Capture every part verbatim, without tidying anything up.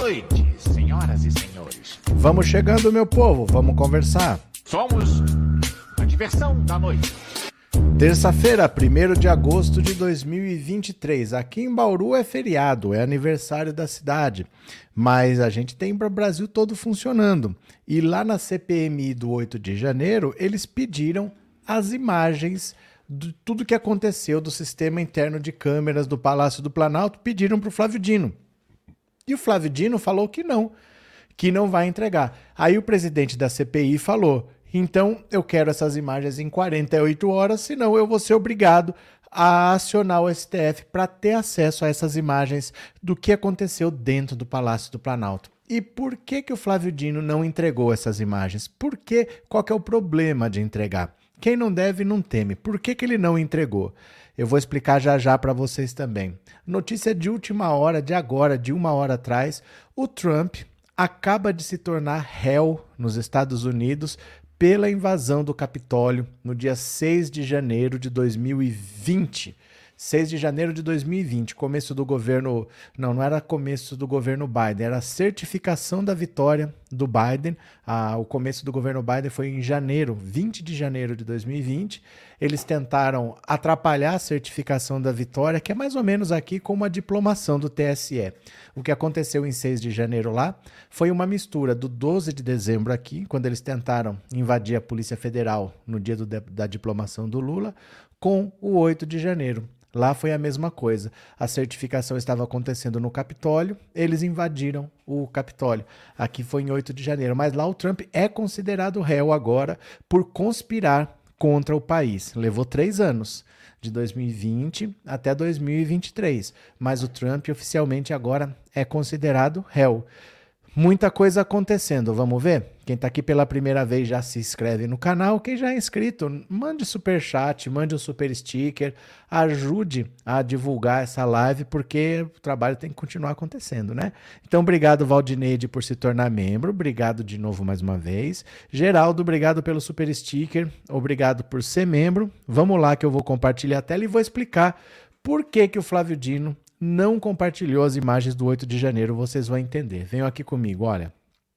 noite, senhoras e senhores. Vamos chegando, meu povo, vamos conversar. Somos a diversão da noite. Terça-feira, primeiro de agosto de dois mil e vinte e três. Aqui em Bauru é feriado, é aniversário da cidade. Mas a gente tem para o Brasil todo funcionando. E lá na C P M I do oito de janeiro, eles pediram as imagens de tudo que aconteceu do sistema interno de câmeras do Palácio do Planalto, pediram para o Flávio Dino. E o Flávio Dino falou que não, que não vai entregar. Aí o presidente da C P I falou: então eu quero essas imagens em quarenta e oito horas, senão eu vou ser obrigado a acionar o S T F para ter acesso a essas imagens do que aconteceu dentro do Palácio do Planalto. E por que que o Flávio Dino não entregou essas imagens? Por que? Qual que é o problema de entregar? Quem não deve não teme. Por que que ele não entregou? Eu vou explicar já já para vocês também. Notícia de última hora, de agora, de uma hora atrás, o Trump acaba de se tornar réu nos Estados Unidos pela invasão do Capitólio no dia seis de janeiro de dois mil e vinte. seis de janeiro de dois mil e vinte, começo do governo... Não, não era começo do governo Biden, era a certificação da vitória do Biden. Ah, o começo do governo Biden foi em janeiro, vinte de janeiro de dois mil e vinte. Eles tentaram atrapalhar a certificação da vitória, que é mais ou menos aqui como a diplomação do T S E. O que aconteceu em seis de janeiro lá foi uma mistura do doze de dezembro aqui, quando eles tentaram invadir a Polícia Federal no dia do, da diplomação do Lula, com o oito de janeiro. Lá foi a mesma coisa. A certificação estava acontecendo no Capitólio, eles invadiram o Capitólio. Aqui foi em oito de janeiro, mas lá o Trump é considerado réu agora por conspirar contra o país. Levou três anos, de dois mil e vinte até dois mil e vinte e três, mas o Trump oficialmente agora é considerado réu. Muita coisa acontecendo, vamos ver? Quem está aqui pela primeira vez já se inscreve no canal. Quem já é inscrito, mande superchat, mande um super sticker, ajude a divulgar essa live, porque o trabalho tem que continuar acontecendo, né? Então, obrigado, Valdineide, por se tornar membro. Obrigado de novo mais uma vez. Geraldo, obrigado pelo super sticker. Obrigado por ser membro. Vamos lá que eu vou compartilhar a tela e vou explicar por que que o Flávio Dino não compartilhou as imagens do oito de janeiro, vocês vão entender. Venham aqui comigo, olha.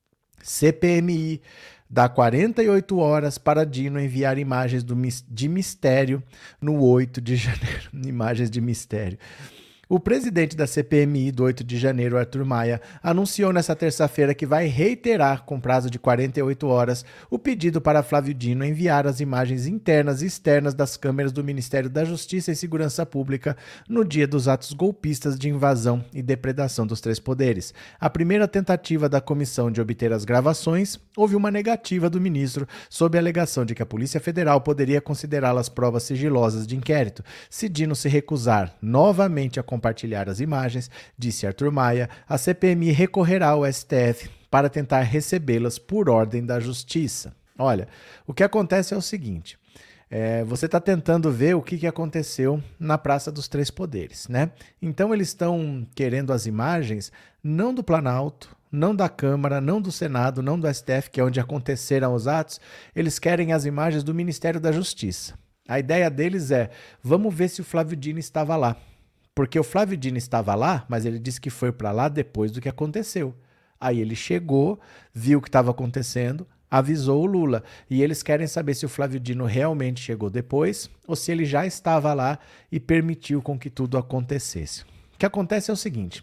C P M I dá quarenta e oito horas para Dino enviar imagens do, de mistério no oito de janeiro. Imagens de mistério. O presidente da C P M I do oito de janeiro, Arthur Maia, anunciou nesta terça-feira que vai reiterar, com prazo de quarenta e oito horas, o pedido para Flávio Dino enviar as imagens internas e externas das câmeras do Ministério da Justiça e Segurança Pública no dia dos atos golpistas de invasão e depredação dos três poderes. A primeira tentativa da comissão de obter as gravações, houve uma negativa do ministro sob a alegação de que a Polícia Federal poderia considerá-las provas sigilosas de inquérito. Se Dino se recusar novamente a compartilhar as imagens, disse Arthur Maia, a C P M I recorrerá ao S T F para tentar recebê-las por ordem da Justiça. Olha, o que acontece é o seguinte, é, você está tentando ver o que, que aconteceu na Praça dos Três Poderes, né? Então eles estão querendo as imagens não do Planalto, não da Câmara, não do Senado, não do S T F, que é onde aconteceram os atos, eles querem as imagens do Ministério da Justiça. A ideia deles é, vamos ver se o Flávio Dino estava lá. Porque o Flávio Dino estava lá, mas ele disse que foi para lá depois do que aconteceu. Aí ele chegou, viu o que estava acontecendo, avisou o Lula. E eles querem saber se o Flávio Dino realmente chegou depois ou se ele já estava lá e permitiu com que tudo acontecesse. O que acontece é o seguinte,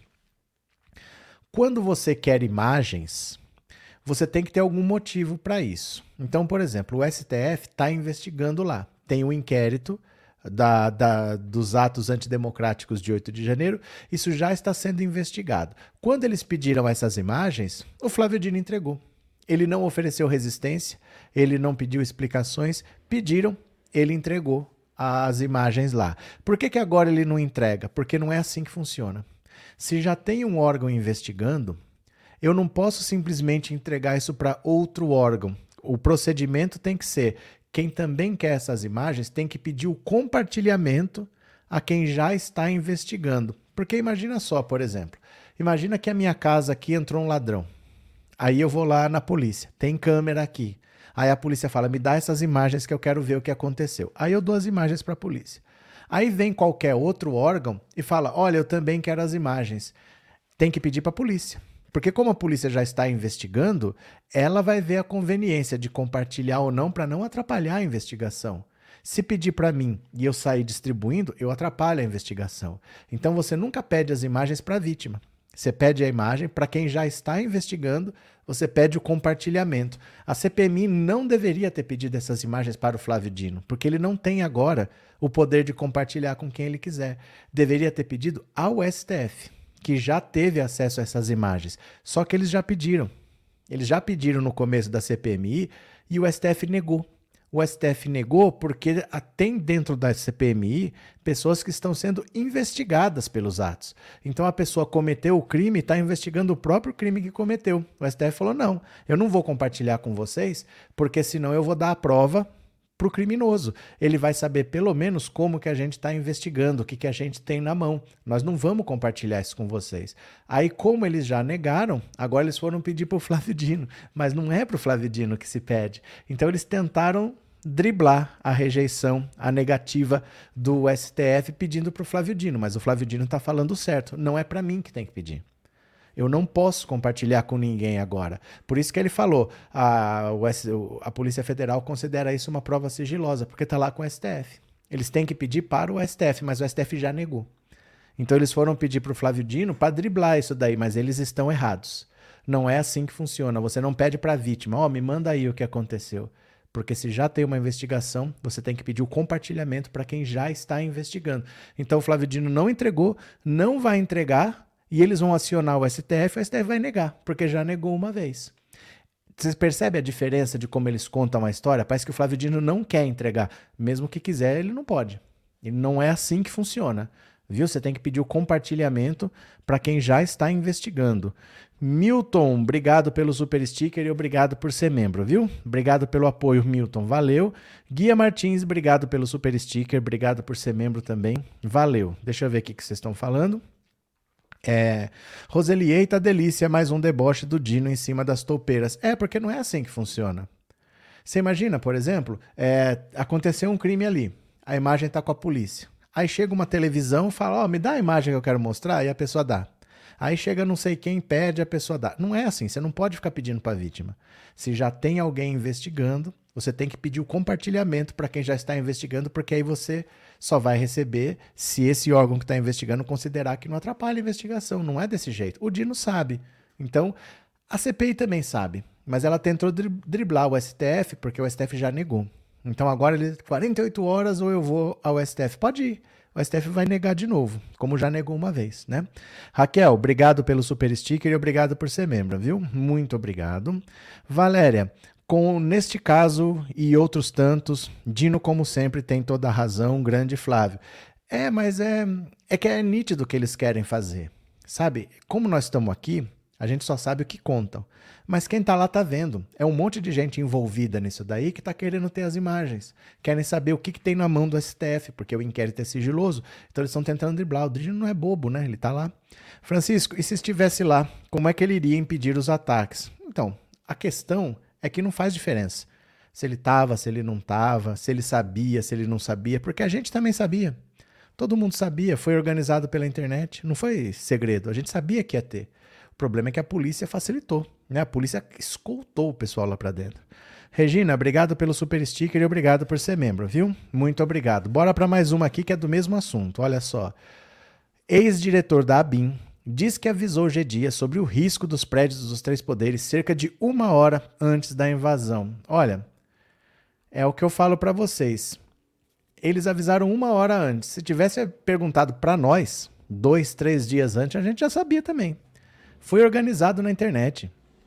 quando você quer imagens, você tem que ter algum motivo para isso. Então, por exemplo, o S T F está investigando lá. Tem um inquérito Da, da, dos atos antidemocráticos de oito de janeiro, isso já está sendo investigado. Quando eles pediram essas imagens, o Flávio Dino entregou. Ele não ofereceu resistência, ele não pediu explicações, pediram, ele entregou as imagens lá. Por que que agora ele não entrega? Porque não é assim que funciona. Se já tem um órgão investigando, eu não posso simplesmente entregar isso para outro órgão. O procedimento tem que ser: quem também quer essas imagens tem que pedir o compartilhamento a quem já está investigando. Porque imagina só, por exemplo, imagina que a minha casa aqui entrou um ladrão. Aí eu vou lá na polícia, tem câmera aqui. Aí a polícia fala, me dá essas imagens que eu quero ver o que aconteceu. Aí eu dou as imagens para a polícia. Aí vem qualquer outro órgão e fala, olha, eu também quero as imagens. Tem que pedir para a polícia. Porque como a polícia já está investigando, ela vai ver a conveniência de compartilhar ou não para não atrapalhar a investigação. Se pedir para mim e eu sair distribuindo, eu atrapalho a investigação. Então você nunca pede as imagens para a vítima. Você pede a imagem para quem já está investigando, você pede o compartilhamento. A C P M I não deveria ter pedido essas imagens para o Flávio Dino, porque ele não tem agora o poder de compartilhar com quem ele quiser. Deveria ter pedido ao S T F, que já teve acesso a essas imagens. Só que eles já pediram. Eles já pediram no começo da C P M I e o S T F negou. O S T F negou porque tem dentro da C P M I pessoas que estão sendo investigadas pelos atos. Então a pessoa cometeu o crime e está investigando o próprio crime que cometeu. O S T F falou, não, eu não vou compartilhar com vocês, porque senão eu vou dar a prova para o criminoso. Ele vai saber pelo menos como que a gente está investigando, o que, que a gente tem na mão. Nós não vamos compartilhar isso com vocês. Aí, como eles já negaram, agora eles foram pedir para o Flávio Dino, mas não é para o Flávio Dino que se pede. Então eles tentaram driblar a rejeição, a negativa do S T F pedindo para o Flávio Dino, mas o Flávio Dino está falando certo, não é para mim que tem que pedir. Eu não posso compartilhar com ninguém agora. Por isso que ele falou, a, a Polícia Federal considera isso uma prova sigilosa, porque está lá com o S T F. Eles têm que pedir para o S T F, mas o S T F já negou. Então eles foram pedir para o Flávio Dino para driblar isso daí, mas eles estão errados. Não é assim que funciona. Você não pede para a vítima, ó, oh, me manda aí o que aconteceu. Porque se já tem uma investigação, você tem que pedir o compartilhamento para quem já está investigando. Então o Flávio Dino não entregou, não vai entregar, e eles vão acionar o S T F, o S T F vai negar, porque já negou uma vez. Vocês percebem a diferença de como eles contam a história? Parece que o Flávio Dino não quer entregar. Mesmo que quiser, ele não pode. Ele não é assim que funciona. Viu? Você tem que pedir o compartilhamento para quem já está investigando. Milton, obrigado pelo super sticker e obrigado por ser membro, viu? Obrigado pelo apoio, Milton, valeu. Guia Martins, obrigado pelo super sticker, obrigado por ser membro também, valeu. Deixa eu ver o que vocês estão falando. É, Roseli, eita delícia, mais um deboche do Dino em cima das toupeiras. É, porque não é assim que funciona. Você imagina, por exemplo, é, aconteceu um crime ali, a imagem está com a polícia. Aí chega uma televisão e fala, ó, oh, me dá a imagem que eu quero mostrar, e a pessoa dá. Aí chega não sei quem, pede, a pessoa dá. Não é assim, você não pode ficar pedindo para a vítima. Se já tem alguém investigando, você tem que pedir o compartilhamento para quem já está investigando, porque aí você só vai receber se esse órgão que está investigando considerar que não atrapalha a investigação. Não é desse jeito. O Dino sabe. Então, a C P I também sabe. Mas ela tentou driblar o S T F, porque o S T F já negou. Então agora, ele quarenta e oito horas ou eu vou ao S T F. Pode ir. O S T F vai negar de novo, como já negou uma vez, né? Raquel, obrigado pelo super sticker e obrigado por ser membro, viu? Muito obrigado. Valéria, com, neste caso e outros tantos, Dino, como sempre, tem toda a razão, grande Flávio. É, mas é, é que é nítido o que eles querem fazer, sabe? Como nós estamos aqui, a gente só sabe o que contam. Mas quem está lá está vendo. É um monte de gente envolvida nisso daí que está querendo ter as imagens. Querem saber o que, que tem na mão do S T F, porque o inquérito é sigiloso. Então eles estão tentando driblar. O Dino não é bobo, né? Ele está lá. Francisco, e se estivesse lá, como é que ele iria impedir os ataques? Então, a questão é que não faz diferença. Se ele estava, se ele não estava, se ele sabia, se ele não sabia, porque a gente também sabia. Todo mundo sabia, foi organizado pela internet. Não foi segredo, a gente sabia que ia ter. O problema é que a polícia facilitou, né? A polícia escoltou o pessoal lá pra dentro. Regina, obrigado pelo super sticker e obrigado por ser membro, viu? Muito obrigado. Bora para mais uma aqui que é do mesmo assunto. Olha só. Ex-diretor da ABIN diz que avisou G Dias sobre o risco dos prédios dos Três Poderes cerca de uma hora antes da invasão. Olha, é o que eu falo para vocês. Eles avisaram uma hora antes. Se tivesse perguntado para nós, dois, três dias antes, a gente já sabia também. Foi organizado na internet.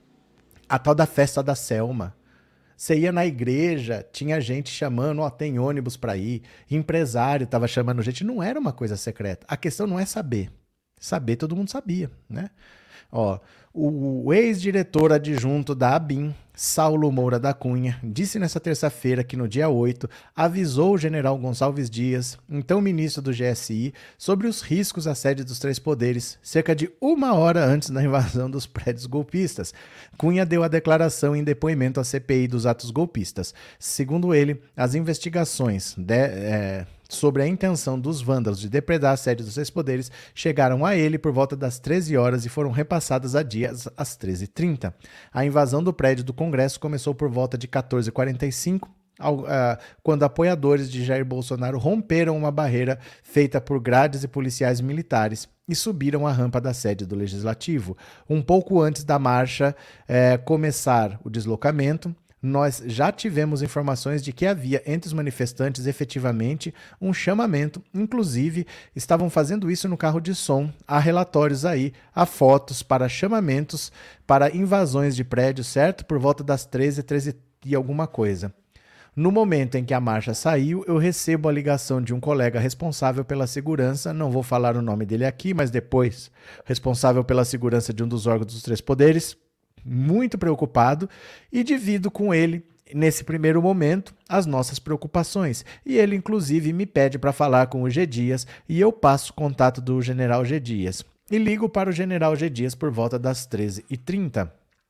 A tal da festa da Selma. Você ia na igreja, tinha gente chamando, ó, tem ônibus para ir, empresário estava chamando gente. Não era uma coisa secreta. A questão não é saber. Saber todo mundo sabia, né? Ó, o ex-diretor adjunto da ABIN, Saulo Moura da Cunha, disse nessa terça-feira que no dia oito avisou o general Gonçalves Dias, então ministro do G S I, sobre os riscos à sede dos Três Poderes, cerca de uma hora antes da invasão dos prédios golpistas. Cunha deu a declaração em depoimento à C P I dos atos golpistas. Segundo ele, as investigações de, é, sobre a intenção dos vândalos de depredar a sede dos Três Poderes chegaram a ele por volta das treze horas e foram repassadas a dias às treze e trinta. A invasão do prédio do Congresso começou por volta de quatorze e quarenta e cinco, ao, uh, quando apoiadores de Jair Bolsonaro romperam uma barreira feita por grades e policiais militares e subiram a rampa da sede do Legislativo. Um pouco antes da marcha eh, começar o deslocamento, nós já tivemos informações de que havia entre os manifestantes efetivamente um chamamento, inclusive estavam fazendo isso no carro de som. Há relatórios aí, há fotos para chamamentos para invasões de prédios, certo? Por volta das treze, treze e alguma coisa. No momento em que a marcha saiu, eu recebo a ligação de um colega responsável pela segurança, não vou falar o nome dele aqui, mas depois, responsável pela segurança de um dos órgãos dos Três Poderes, muito preocupado, e divido com ele, nesse primeiro momento, as nossas preocupações. E ele, inclusive, me pede para falar com o G. Dias, e eu passo o contato do general G. Dias. E ligo para o general G. Dias por volta das treze e trinta.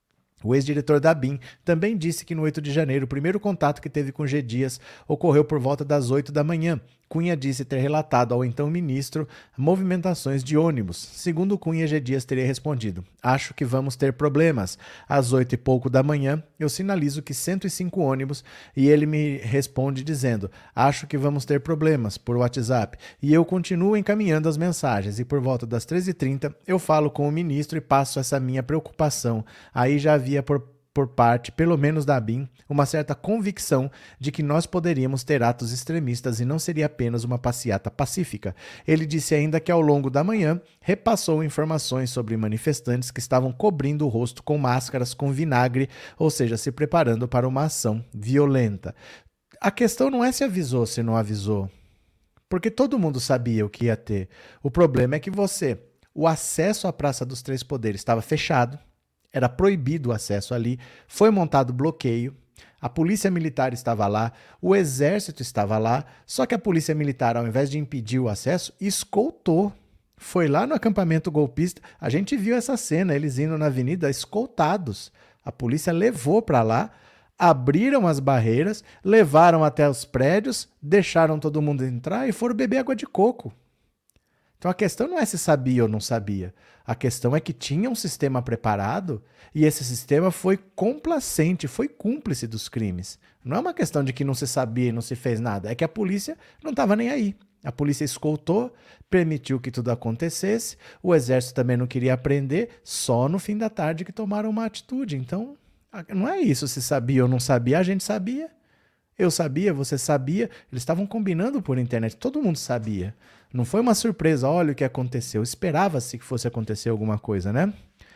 O ex-diretor da B I M também disse que no oito de janeiro o primeiro contato que teve com G. Dias ocorreu por volta das oito da manhã. Cunha disse ter relatado ao então ministro movimentações de ônibus. Segundo Cunha, G. Dias teria respondido: acho que vamos ter problemas. Às oito e pouco da manhã, eu sinalizo que cento e cinco ônibus e ele me responde dizendo: acho que vamos ter problemas, por WhatsApp. E eu continuo encaminhando as mensagens e por volta das treze e trinta eu falo com o ministro e passo essa minha preocupação. Aí já havia por por parte, pelo menos da B I M, uma certa convicção de que nós poderíamos ter atos extremistas e não seria apenas uma passeata pacífica. Ele disse ainda que ao longo da manhã repassou informações sobre manifestantes que estavam cobrindo o rosto com máscaras com vinagre, ou seja, se preparando para uma ação violenta. A questão não é se avisou ou se não avisou, porque todo mundo sabia o que ia ter. O problema é que você, o acesso à Praça dos Três Poderes estava fechado, era proibido o acesso ali, foi montado bloqueio, a polícia militar estava lá, o exército estava lá, só que a polícia militar, ao invés de impedir o acesso, escoltou. Foi lá no acampamento golpista, a gente viu essa cena, eles indo na avenida escoltados. A polícia levou para lá, abriram as barreiras, levaram até os prédios, deixaram todo mundo entrar e foram beber água de coco. Então a questão não é se sabia ou não sabia. A questão é que tinha um sistema preparado e esse sistema foi complacente, foi cúmplice dos crimes. Não é uma questão de que não se sabia e não se fez nada, é que a polícia não estava nem aí. A polícia escoltou, permitiu que tudo acontecesse, o exército também não queria prender, só no fim da tarde que tomaram uma atitude. Então, não é isso se sabia ou não sabia, a gente sabia. Eu sabia, você sabia, eles estavam combinando por internet, todo mundo sabia. Não foi uma surpresa, olha o que aconteceu. Esperava-se que fosse acontecer alguma coisa, né?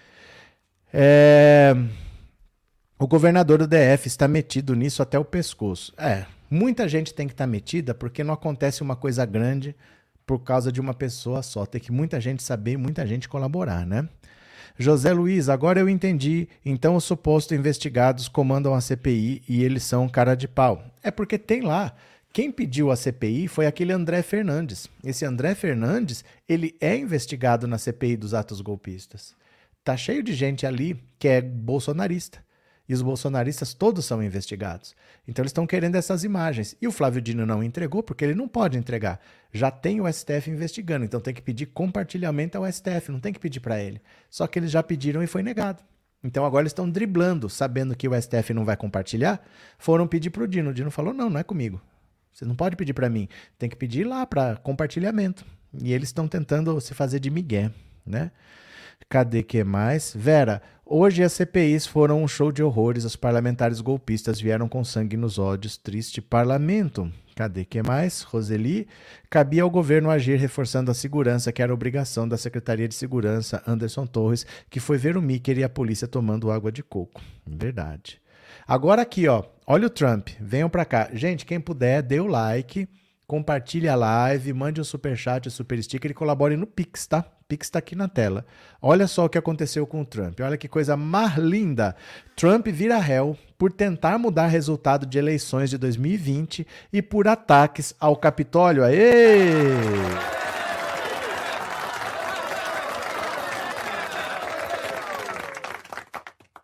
É... O governador do D F está metido nisso até o pescoço. É, muita gente tem que estar metida porque não acontece uma coisa grande por causa de uma pessoa só. Tem que muita gente saber e muita gente colaborar, né? José Luiz, agora eu entendi. Então os supostos investigados comandam a C P I e eles são cara de pau. É porque tem lá. Quem pediu a C P I foi aquele André Fernandes. Esse André Fernandes, ele é investigado na C P I dos atos golpistas. Tá cheio de gente ali que é bolsonarista. E os bolsonaristas todos são investigados. Então eles estão querendo essas imagens. E o Flávio Dino não entregou porque ele não pode entregar. Já tem o S T F investigando, então tem que pedir compartilhamento ao S T F, não tem que pedir para ele. Só que eles já pediram e foi negado. Então agora eles estão driblando, sabendo que o S T F não vai compartilhar, foram pedir para o Dino. O Dino falou, não, não é comigo. Você não pode pedir para mim, tem que pedir lá para compartilhamento. E eles estão tentando se fazer de migué, né? Cadê que mais? Vera, hoje as C P Is foram um show de horrores, os parlamentares golpistas vieram com sangue nos olhos, triste parlamento. Cadê que mais? Roseli, cabia ao governo agir reforçando a segurança, que era obrigação da Secretaria de Segurança, Anderson Torres, que foi ver o Mickey e a polícia tomando água de coco. Verdade. Agora aqui, ó, olha o Trump, venham pra cá. Gente, quem puder, dê o like, compartilhe a live, mande um superchat, um super sticker e colabore no Pix, tá? Pix tá aqui na tela. Olha só o que aconteceu com o Trump, olha que coisa mais linda. Trump vira réu por tentar mudar resultado de eleições de dois mil e vinte e por ataques ao Capitólio. Aê!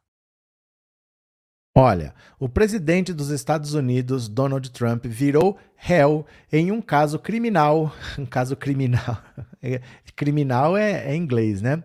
Olha, o presidente dos Estados Unidos, Donald Trump, virou réu em um caso criminal. Um caso criminal. Criminal é, é inglês, né?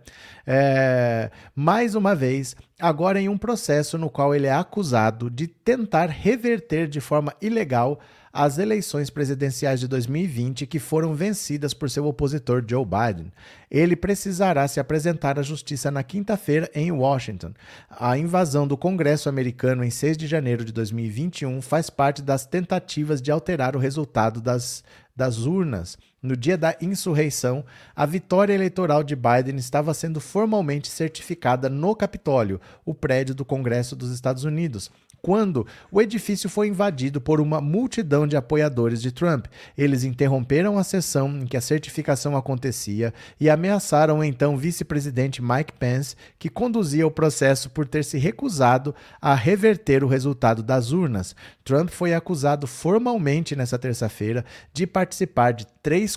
É, mais uma vez, agora em um processo no qual ele é acusado de tentar reverter de forma ilegal as eleições presidenciais de dois mil e vinte que foram vencidas por seu opositor Joe Biden. Ele precisará se apresentar à justiça na quinta-feira em Washington. A invasão do Congresso americano em seis de janeiro de dois mil e vinte e um faz parte das tentativas de alterar o resultado das, das urnas. No dia da insurreição, a vitória eleitoral de Biden estava sendo formalmente certificada no Capitólio, o prédio do Congresso dos Estados Unidos, quando o edifício foi invadido por uma multidão de apoiadores de Trump. Eles interromperam a sessão em que a certificação acontecia e ameaçaram o então vice-presidente Mike Pence, que conduzia o processo por ter se recusado a reverter o resultado das urnas. Trump foi acusado formalmente nesta terça-feira de participar de três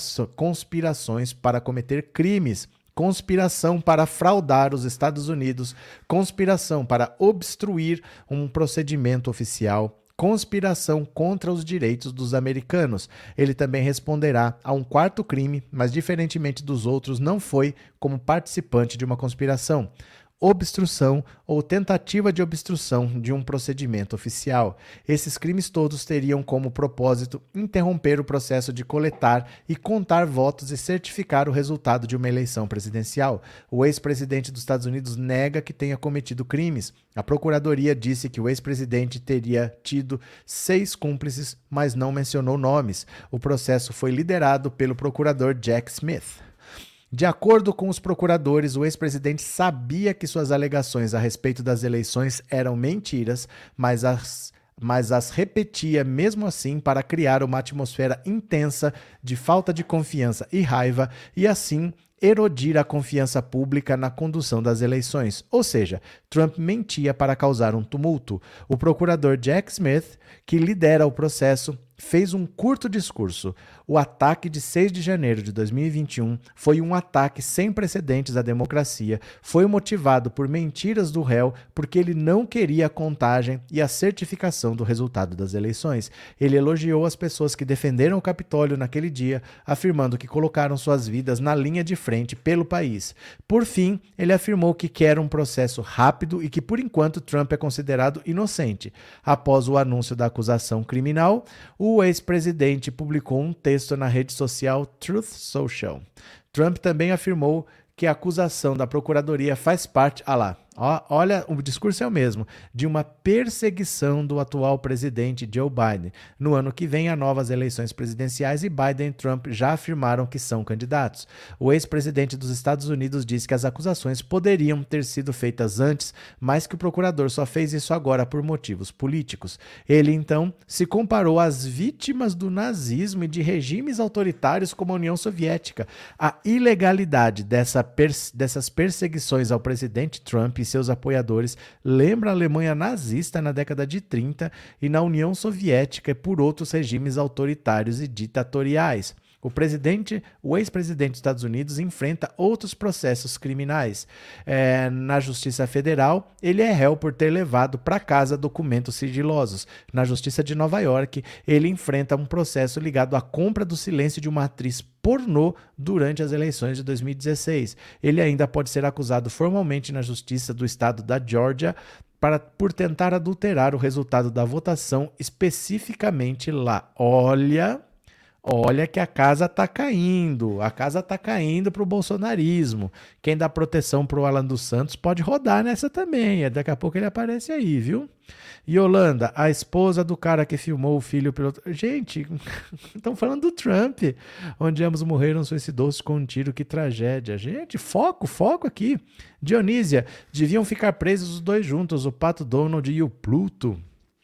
conspirações para cometer crimes: conspiração para fraudar os Estados Unidos, conspiração para obstruir um procedimento oficial, conspiração contra os direitos dos americanos. Ele também responderá a um quarto crime, mas diferentemente dos outros, não foi como participante de uma conspiração: obstrução ou tentativa de obstrução de um procedimento oficial. Esses crimes todos teriam como propósito interromper o processo de coletar e contar votos e certificar o resultado de uma eleição presidencial. O ex-presidente dos Estados Unidos nega que tenha cometido crimes. A procuradoria disse que o ex-presidente teria tido seis cúmplices, mas não mencionou nomes. O processo foi liderado pelo procurador Jack Smith. De acordo com os procuradores, o ex-presidente sabia que suas alegações a respeito das eleições eram mentiras, mas as, mas as repetia mesmo assim para criar uma atmosfera intensa de falta de confiança e raiva e assim erodir a confiança pública na condução das eleições. Ou seja, Trump mentia para causar um tumulto. O procurador Jack Smith, que lidera o processo, fez um curto discurso. O ataque de seis de janeiro de dois mil e vinte e um foi um ataque sem precedentes à democracia, foi motivado por mentiras do réu porque ele não queria a contagem e a certificação do resultado das eleições. Ele elogiou as pessoas que defenderam o Capitólio naquele dia, afirmando que colocaram suas vidas na linha de frente pelo país. Por fim, ele afirmou que quer um processo rápido e que, por enquanto, Trump é considerado inocente. Após o anúncio da acusação criminal, o ex-presidente publicou um texto na rede social Truth Social. Trump também afirmou que a acusação da procuradoria faz parte, ah lá, ó, olha, o discurso é o mesmo, de uma perseguição do atual presidente Joe Biden. No ano que vem há novas eleições presidenciais e Biden e Trump já afirmaram que são candidatos. O ex-presidente dos Estados Unidos disse que as acusações poderiam ter sido feitas antes, mas que o procurador só fez isso agora por motivos políticos. Ele, então, se comparou às vítimas do nazismo e de regimes autoritários como a União Soviética. A ilegalidade dessa pers- dessas perseguições ao presidente Trump e seus apoiadores lembra a Alemanha nazista na década de trinta e na União Soviética e por outros regimes autoritários e ditatoriais. O presidente, o ex-presidente dos Estados Unidos enfrenta outros processos criminais. É, na Justiça Federal, ele é réu por ter levado para casa documentos sigilosos. Na Justiça de Nova York, ele enfrenta um processo ligado à compra do silêncio de uma atriz pornô durante as eleições de dois mil e dezesseis. Ele ainda pode ser acusado formalmente na Justiça do Estado da Geórgia para, por tentar adulterar o resultado da votação especificamente lá. Olha... Olha que a casa tá caindo, a casa tá caindo pro bolsonarismo. Quem dá proteção pro Alan dos Santos pode rodar nessa também, daqui a pouco ele aparece aí, viu? Yolanda, a esposa do cara que filmou o filho piloto... Gente, estão falando do Trump, onde ambos morreram suicidou-se com um tiro, que tragédia. Gente, foco, foco aqui. Dionísia, deviam ficar presos os dois juntos, o Pato Donald e o Pluto.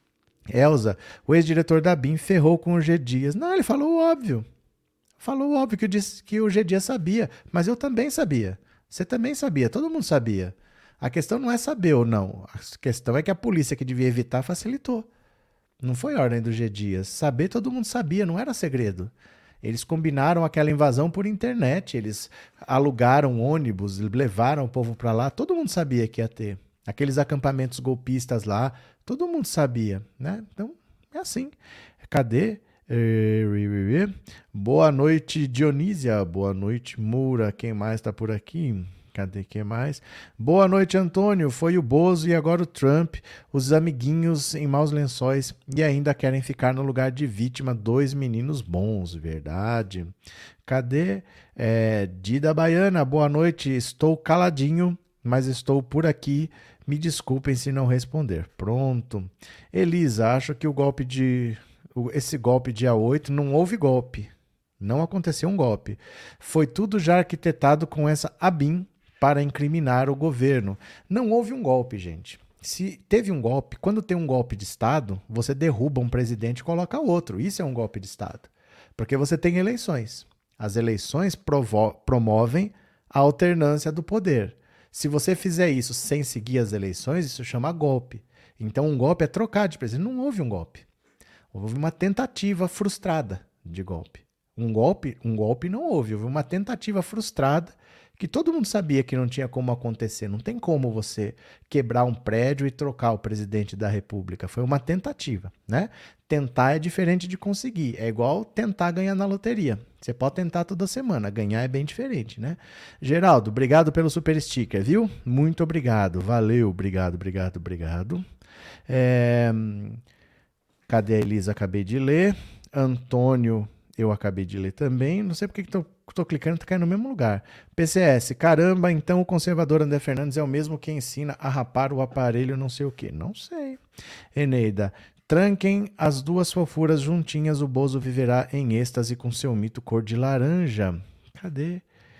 Elza, o ex-diretor da B I M ferrou com o G. Dias. Não, ele falou o óbvio. Falou o óbvio que, disse que o G. Dias sabia. Mas eu também sabia. Você também sabia. Todo mundo sabia. A questão não é saber ou não. A questão é que a polícia que devia evitar facilitou. Não foi ordem do G. Dias. Saber todo mundo sabia, não era segredo. Eles combinaram aquela invasão por internet. Eles alugaram ônibus, levaram o povo para lá. Todo mundo sabia que ia ter. Aqueles acampamentos golpistas lá, todo mundo sabia, né? Então, é assim. Cadê? Boa noite, Dionísia. Boa noite, Moura. Quem mais está por aqui? Cadê quem mais? Boa noite, Antônio. Foi o Bozo e agora o Trump, os amiguinhos em maus lençóis e ainda querem ficar no lugar de vítima. Dois meninos bons, verdade. Cadê? É, Dida Baiana, boa noite. Estou caladinho, mas estou por aqui. Me desculpem se não responder. Pronto. Elisa, acho que o golpe de... esse golpe dia oito, não houve golpe. Não aconteceu um golpe. Foi tudo já arquitetado com essa A B I N para incriminar o governo. Não houve um golpe, gente. Se teve um golpe, quando tem um golpe de Estado, você derruba um presidente e coloca outro. Isso é um golpe de Estado. Porque você tem eleições. As eleições provo- promovem a alternância do poder. Se você fizer isso sem seguir as eleições, isso chama golpe. Então, um golpe é trocar de presidente. Não houve um golpe. Houve uma tentativa frustrada de golpe. Um golpe, um golpe não houve. Houve uma tentativa frustrada que todo mundo sabia que não tinha como acontecer. Não tem como você quebrar um prédio e trocar o presidente da República. Foi uma tentativa, né? Tentar é diferente de conseguir. É igual tentar ganhar na loteria. Você pode tentar toda semana. Ganhar é bem diferente, né? Geraldo, obrigado pelo super sticker, viu? Muito obrigado. Valeu. Obrigado, obrigado, obrigado. É... Cadê a Elisa? Acabei de ler. Antônio, eu acabei de ler também. Não sei porque estou clicando, está caindo no mesmo lugar. P C S, caramba, então o conservador André Fernandes é o mesmo que ensina a rapar o aparelho não sei o quê. Não sei. Eneida, tranquem as duas fofuras juntinhas, o Bozo viverá em êxtase com seu mito cor de laranja. Cadê?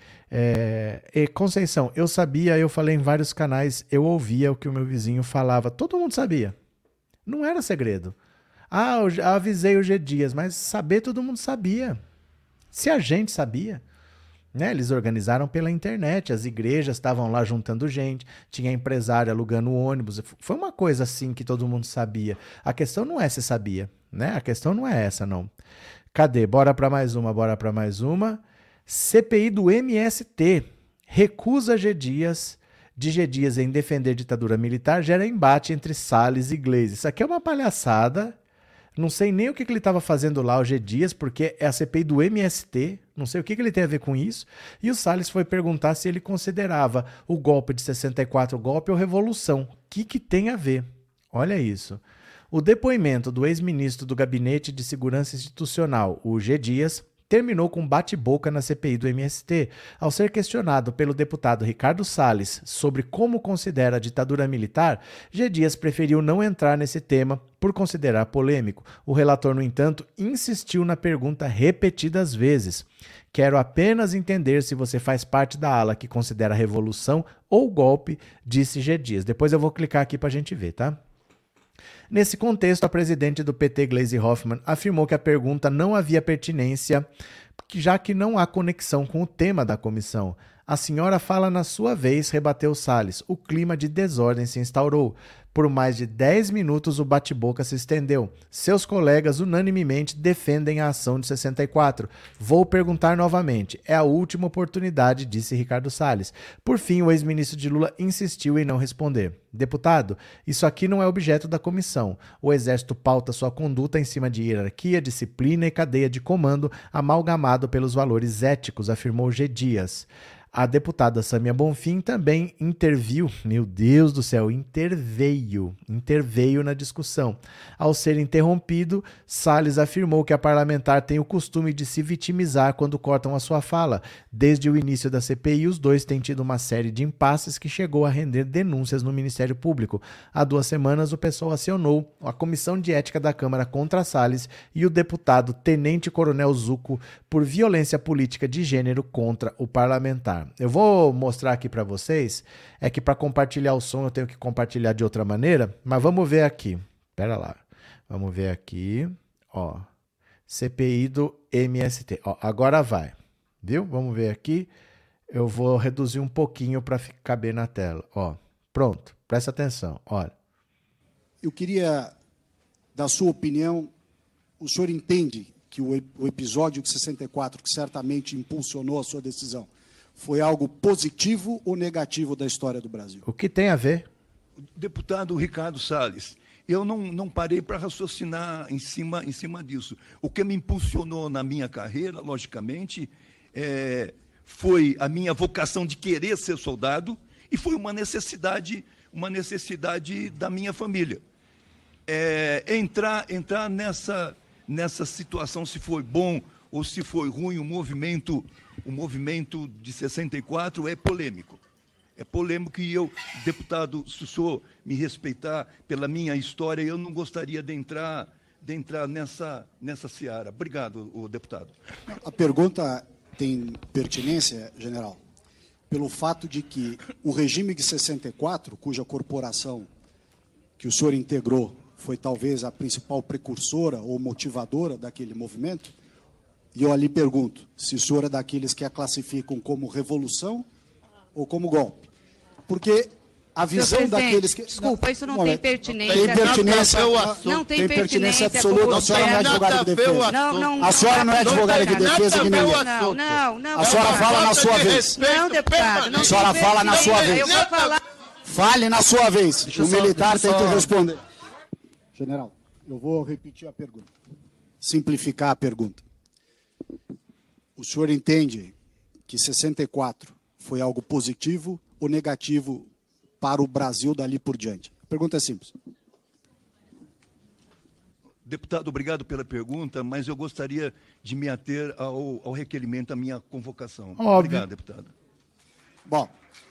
É... E Conceição, eu sabia, eu falei em vários canais, eu ouvia o que o meu vizinho falava. Todo mundo sabia. Não era segredo. Ah, eu avisei o G Dias, mas saber todo mundo sabia. Se a gente sabia, né? Eles organizaram pela internet, as igrejas estavam lá juntando gente, tinha empresário alugando ônibus, foi uma coisa assim que todo mundo sabia. A questão não é se sabia, né? A questão não é essa, não. Cadê? Bora para mais uma, bora para mais uma. C P I do M S T recusa G Dias, de G Dias em defender ditadura militar, gera embate entre Salles e Gleisi. Isso aqui é uma palhaçada. Não sei nem o que, que ele estava fazendo lá, o G Dias, porque é a C P I do M S T, não sei o que, que ele tem a ver com isso. E o Salles foi perguntar se ele considerava o golpe de sessenta e quatro golpe ou revolução. O que, que tem a ver? Olha isso. O depoimento do ex-ministro do Gabinete de Segurança Institucional, o G Dias, terminou com bate-boca na C P I do M S T. Ao ser questionado pelo deputado Ricardo Salles sobre como considera a ditadura militar, G. Dias preferiu não entrar nesse tema por considerar polêmico. O relator, no entanto, insistiu na pergunta repetidas vezes. Quero apenas entender se você faz parte da ala que considera revolução ou golpe, disse G. Dias. Depois eu vou clicar aqui para a gente ver, tá? Nesse contexto, a presidente do P T, Gleisi Hoffmann, afirmou que a pergunta não havia pertinência, já que não há conexão com o tema da comissão. A senhora fala na sua vez, rebateu Salles. O clima de desordem se instaurou. Por mais de dez minutos, o bate-boca se estendeu. Seus colegas unanimemente defendem a ação de sessenta e quatro. Vou perguntar novamente. É a última oportunidade, disse Ricardo Salles. Por fim, o ex-ministro de Lula insistiu em não responder. Deputado, isso aqui não é objeto da comissão. O Exército pauta sua conduta em cima de hierarquia, disciplina e cadeia de comando, amalgamado pelos valores éticos, afirmou G. Dias. A deputada Samia Bonfim também interviu, meu Deus do céu, interveio, interveio na discussão. Ao ser interrompido, Salles afirmou que a parlamentar tem o costume de se vitimizar quando cortam a sua fala. Desde o início da C P I, os dois têm tido uma série de impasses que chegou a render denúncias no Ministério Público. Há duas semanas, o P SOL acionou a Comissão de Ética da Câmara contra Salles e o deputado Tenente Coronel Zucco por violência política de gênero contra o parlamentar. Eu vou mostrar aqui para vocês, é que para compartilhar o som eu tenho que compartilhar de outra maneira, mas vamos ver aqui. Pera lá, vamos ver aqui, ó, C P I do M S T, ó, agora vai, viu? Vamos ver aqui, eu vou reduzir um pouquinho para caber na tela, ó, pronto, presta atenção, olha. Eu queria, da sua opinião, o senhor entende que o, o episódio de sessenta e quatro, que certamente impulsionou a sua decisão, foi algo positivo ou negativo da história do Brasil? O que tem a ver? Deputado Ricardo Salles, eu não, não parei para raciocinar em cima, em cima disso. O que me impulsionou na minha carreira, logicamente, é, foi a minha vocação de querer ser soldado e foi uma necessidade, uma necessidade da minha família. É, entrar entrar nessa, nessa situação, se foi bom ou se foi ruim, o movimento, o movimento de sessenta e quatro é polêmico. É polêmico e eu, deputado, se o senhor me respeitar pela minha história, eu não gostaria de entrar, de entrar nessa, nessa seara. Obrigado, o deputado. A pergunta tem pertinência, general, pelo fato de que o regime de sessenta e quatro, cuja corporação que o senhor integrou foi talvez a principal precursora ou motivadora daquele movimento, e eu ali pergunto se o senhor é daqueles que a classificam como revolução ou como golpe. Porque a visão daqueles que... Desculpa, isso não, não tem é, pertinência. Tem pertinência, não tem, tem pertinência absoluta. A senhora não é advogada de defesa. Não, não, a senhora não é advogada de defesa de ninguém. Não, não, não. A senhora fala na sua vez. Não, deputado. Não a senhora fala na sua vez. Eu vou falar. Fale na sua vez. Deixa o só, militar tem só... que responder. General, eu vou repetir a pergunta. Simplificar a pergunta. O senhor entende que sessenta e quatro foi algo positivo ou negativo para o Brasil dali por diante? A pergunta é simples. Deputado, obrigado pela pergunta, mas eu gostaria de me ater ao, ao requerimento, à minha convocação. Óbvio. Obrigado, deputado. Bom,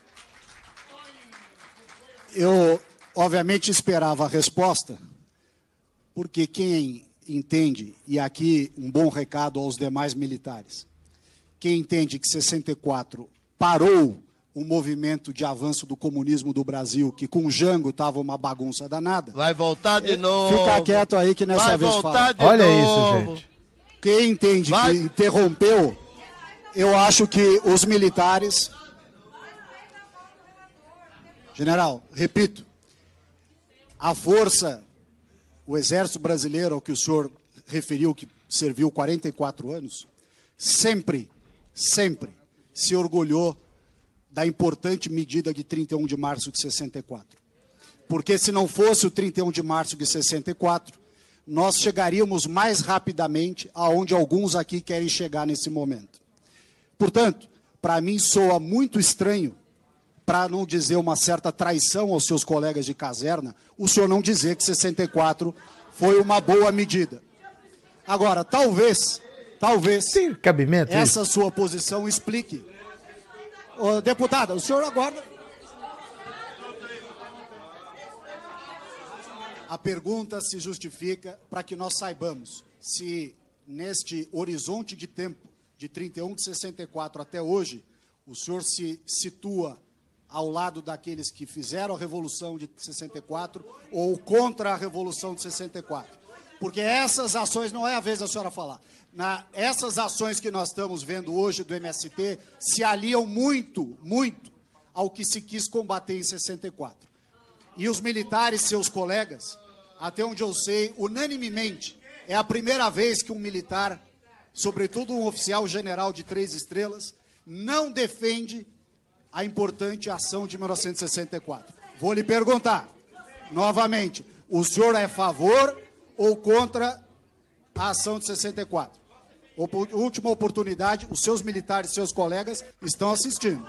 eu obviamente esperava a resposta, porque quem entende, e aqui um bom recado aos demais militares, quem entende que sessenta e quatro parou o movimento de avanço do comunismo do Brasil, que com o Jango estava uma bagunça danada. Vai voltar de novo. Fica quieto aí que nessa Vai vez voltar fala. de Olha novo. isso, gente. Quem entende Vai. que interrompeu, eu acho que os militares... General, repito, a força, o Exército Brasileiro, ao que o senhor referiu, que serviu quarenta e quatro anos, sempre, sempre se orgulhou da importante medida de trinta e um de março de sessenta e quatro. Porque se não fosse o trinta e um de março de sessenta e quatro, nós chegaríamos mais rapidamente aonde alguns aqui querem chegar nesse momento. Portanto, para mim soa muito estranho, para não dizer uma certa traição aos seus colegas de caserna, o senhor não dizer que sessenta e quatro foi uma boa medida. Agora, talvez, talvez, Tem cabimento essa isso? sua posição explique. Ô, deputada, o senhor aguarda. A pergunta se justifica para que nós saibamos se, neste horizonte de tempo, de trinta e um de sessenta e quatro até hoje, o senhor se situa ao lado daqueles que fizeram a Revolução de sessenta e quatro ou contra a Revolução de sessenta e quatro. Porque essas ações, não é a vez da senhora falar, na, essas ações que nós estamos vendo hoje do M S T se aliam muito, muito ao que se quis combater em sessenta e quatro. E os militares, seus colegas, até onde eu sei, unanimemente, é a primeira vez que um militar, sobretudo um oficial general de três estrelas, não defende a importante ação de mil novecentos e sessenta e quatro. Vou lhe perguntar, novamente, o senhor é a favor ou contra a ação de sessenta e quatro? Última oportunidade, os seus militares, seus colegas estão assistindo.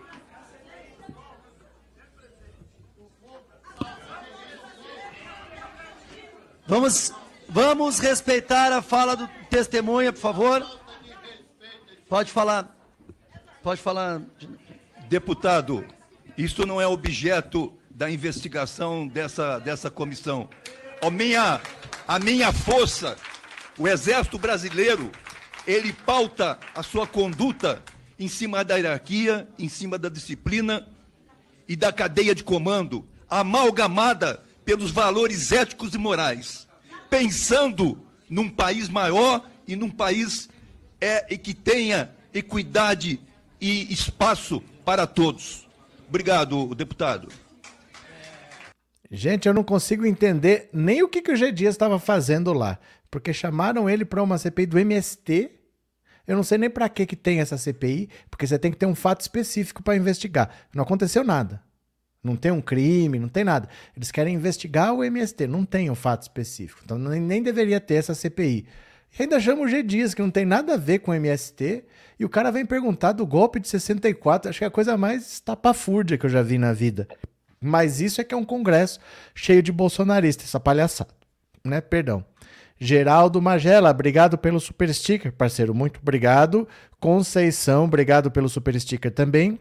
Vamos, vamos respeitar a fala do testemunha, por favor. Pode falar. Pode falar. Deputado, isso não é objeto da investigação dessa, dessa comissão. A minha, a minha força, o Exército Brasileiro, ele pauta a sua conduta em cima da hierarquia, em cima da disciplina e da cadeia de comando, amalgamada pelos valores éticos e morais, pensando num país maior e num país é, e que tenha equidade e espaço para todos. Obrigado, deputado. Gente, eu não consigo entender nem o que, que o G. Dias estava fazendo lá, porque chamaram ele para uma C P I do M S T. Eu não sei nem para que que tem essa C P I, porque você tem que ter um fato específico para investigar. Não aconteceu nada. Não tem um crime, não tem nada. Eles querem investigar o M S T, não tem um fato específico. Então nem, nem deveria ter essa C P I. E ainda chama o G. Dias, que não tem nada a ver com o M S T, e o cara vem perguntar do golpe de sessenta e quatro, acho que é a coisa mais estapafúrdia que eu já vi na vida. Mas isso é que é um congresso cheio de bolsonaristas, essa palhaçada, né? Perdão. Geraldo Magela, obrigado pelo super sticker, parceiro, muito obrigado. Conceição, obrigado pelo super sticker também.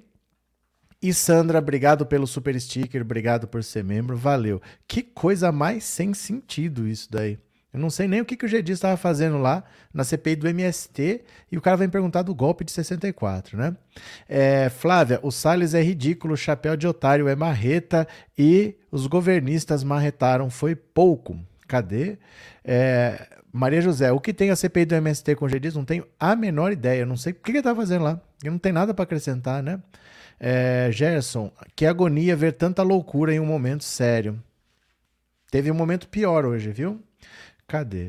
E Sandra, obrigado pelo super sticker, obrigado por ser membro, valeu. Que coisa mais sem sentido isso daí. Eu não sei nem o que, que o G. Dias estava fazendo lá na C P I do M S T e o cara vem perguntar do golpe de sessenta e quatro, né? É, Flávia, o Salles é ridículo, o chapéu de otário é marreta e os governistas marretaram foi pouco. Cadê? É, Maria José, o que tem a C P I do M S T com o G. Dias? Não tenho a menor ideia, eu não sei o que ele está fazendo lá. Ele não tem nada para acrescentar, né? É, Gerson, que agonia ver tanta loucura em um momento sério. Teve um momento pior hoje, viu? Cadê?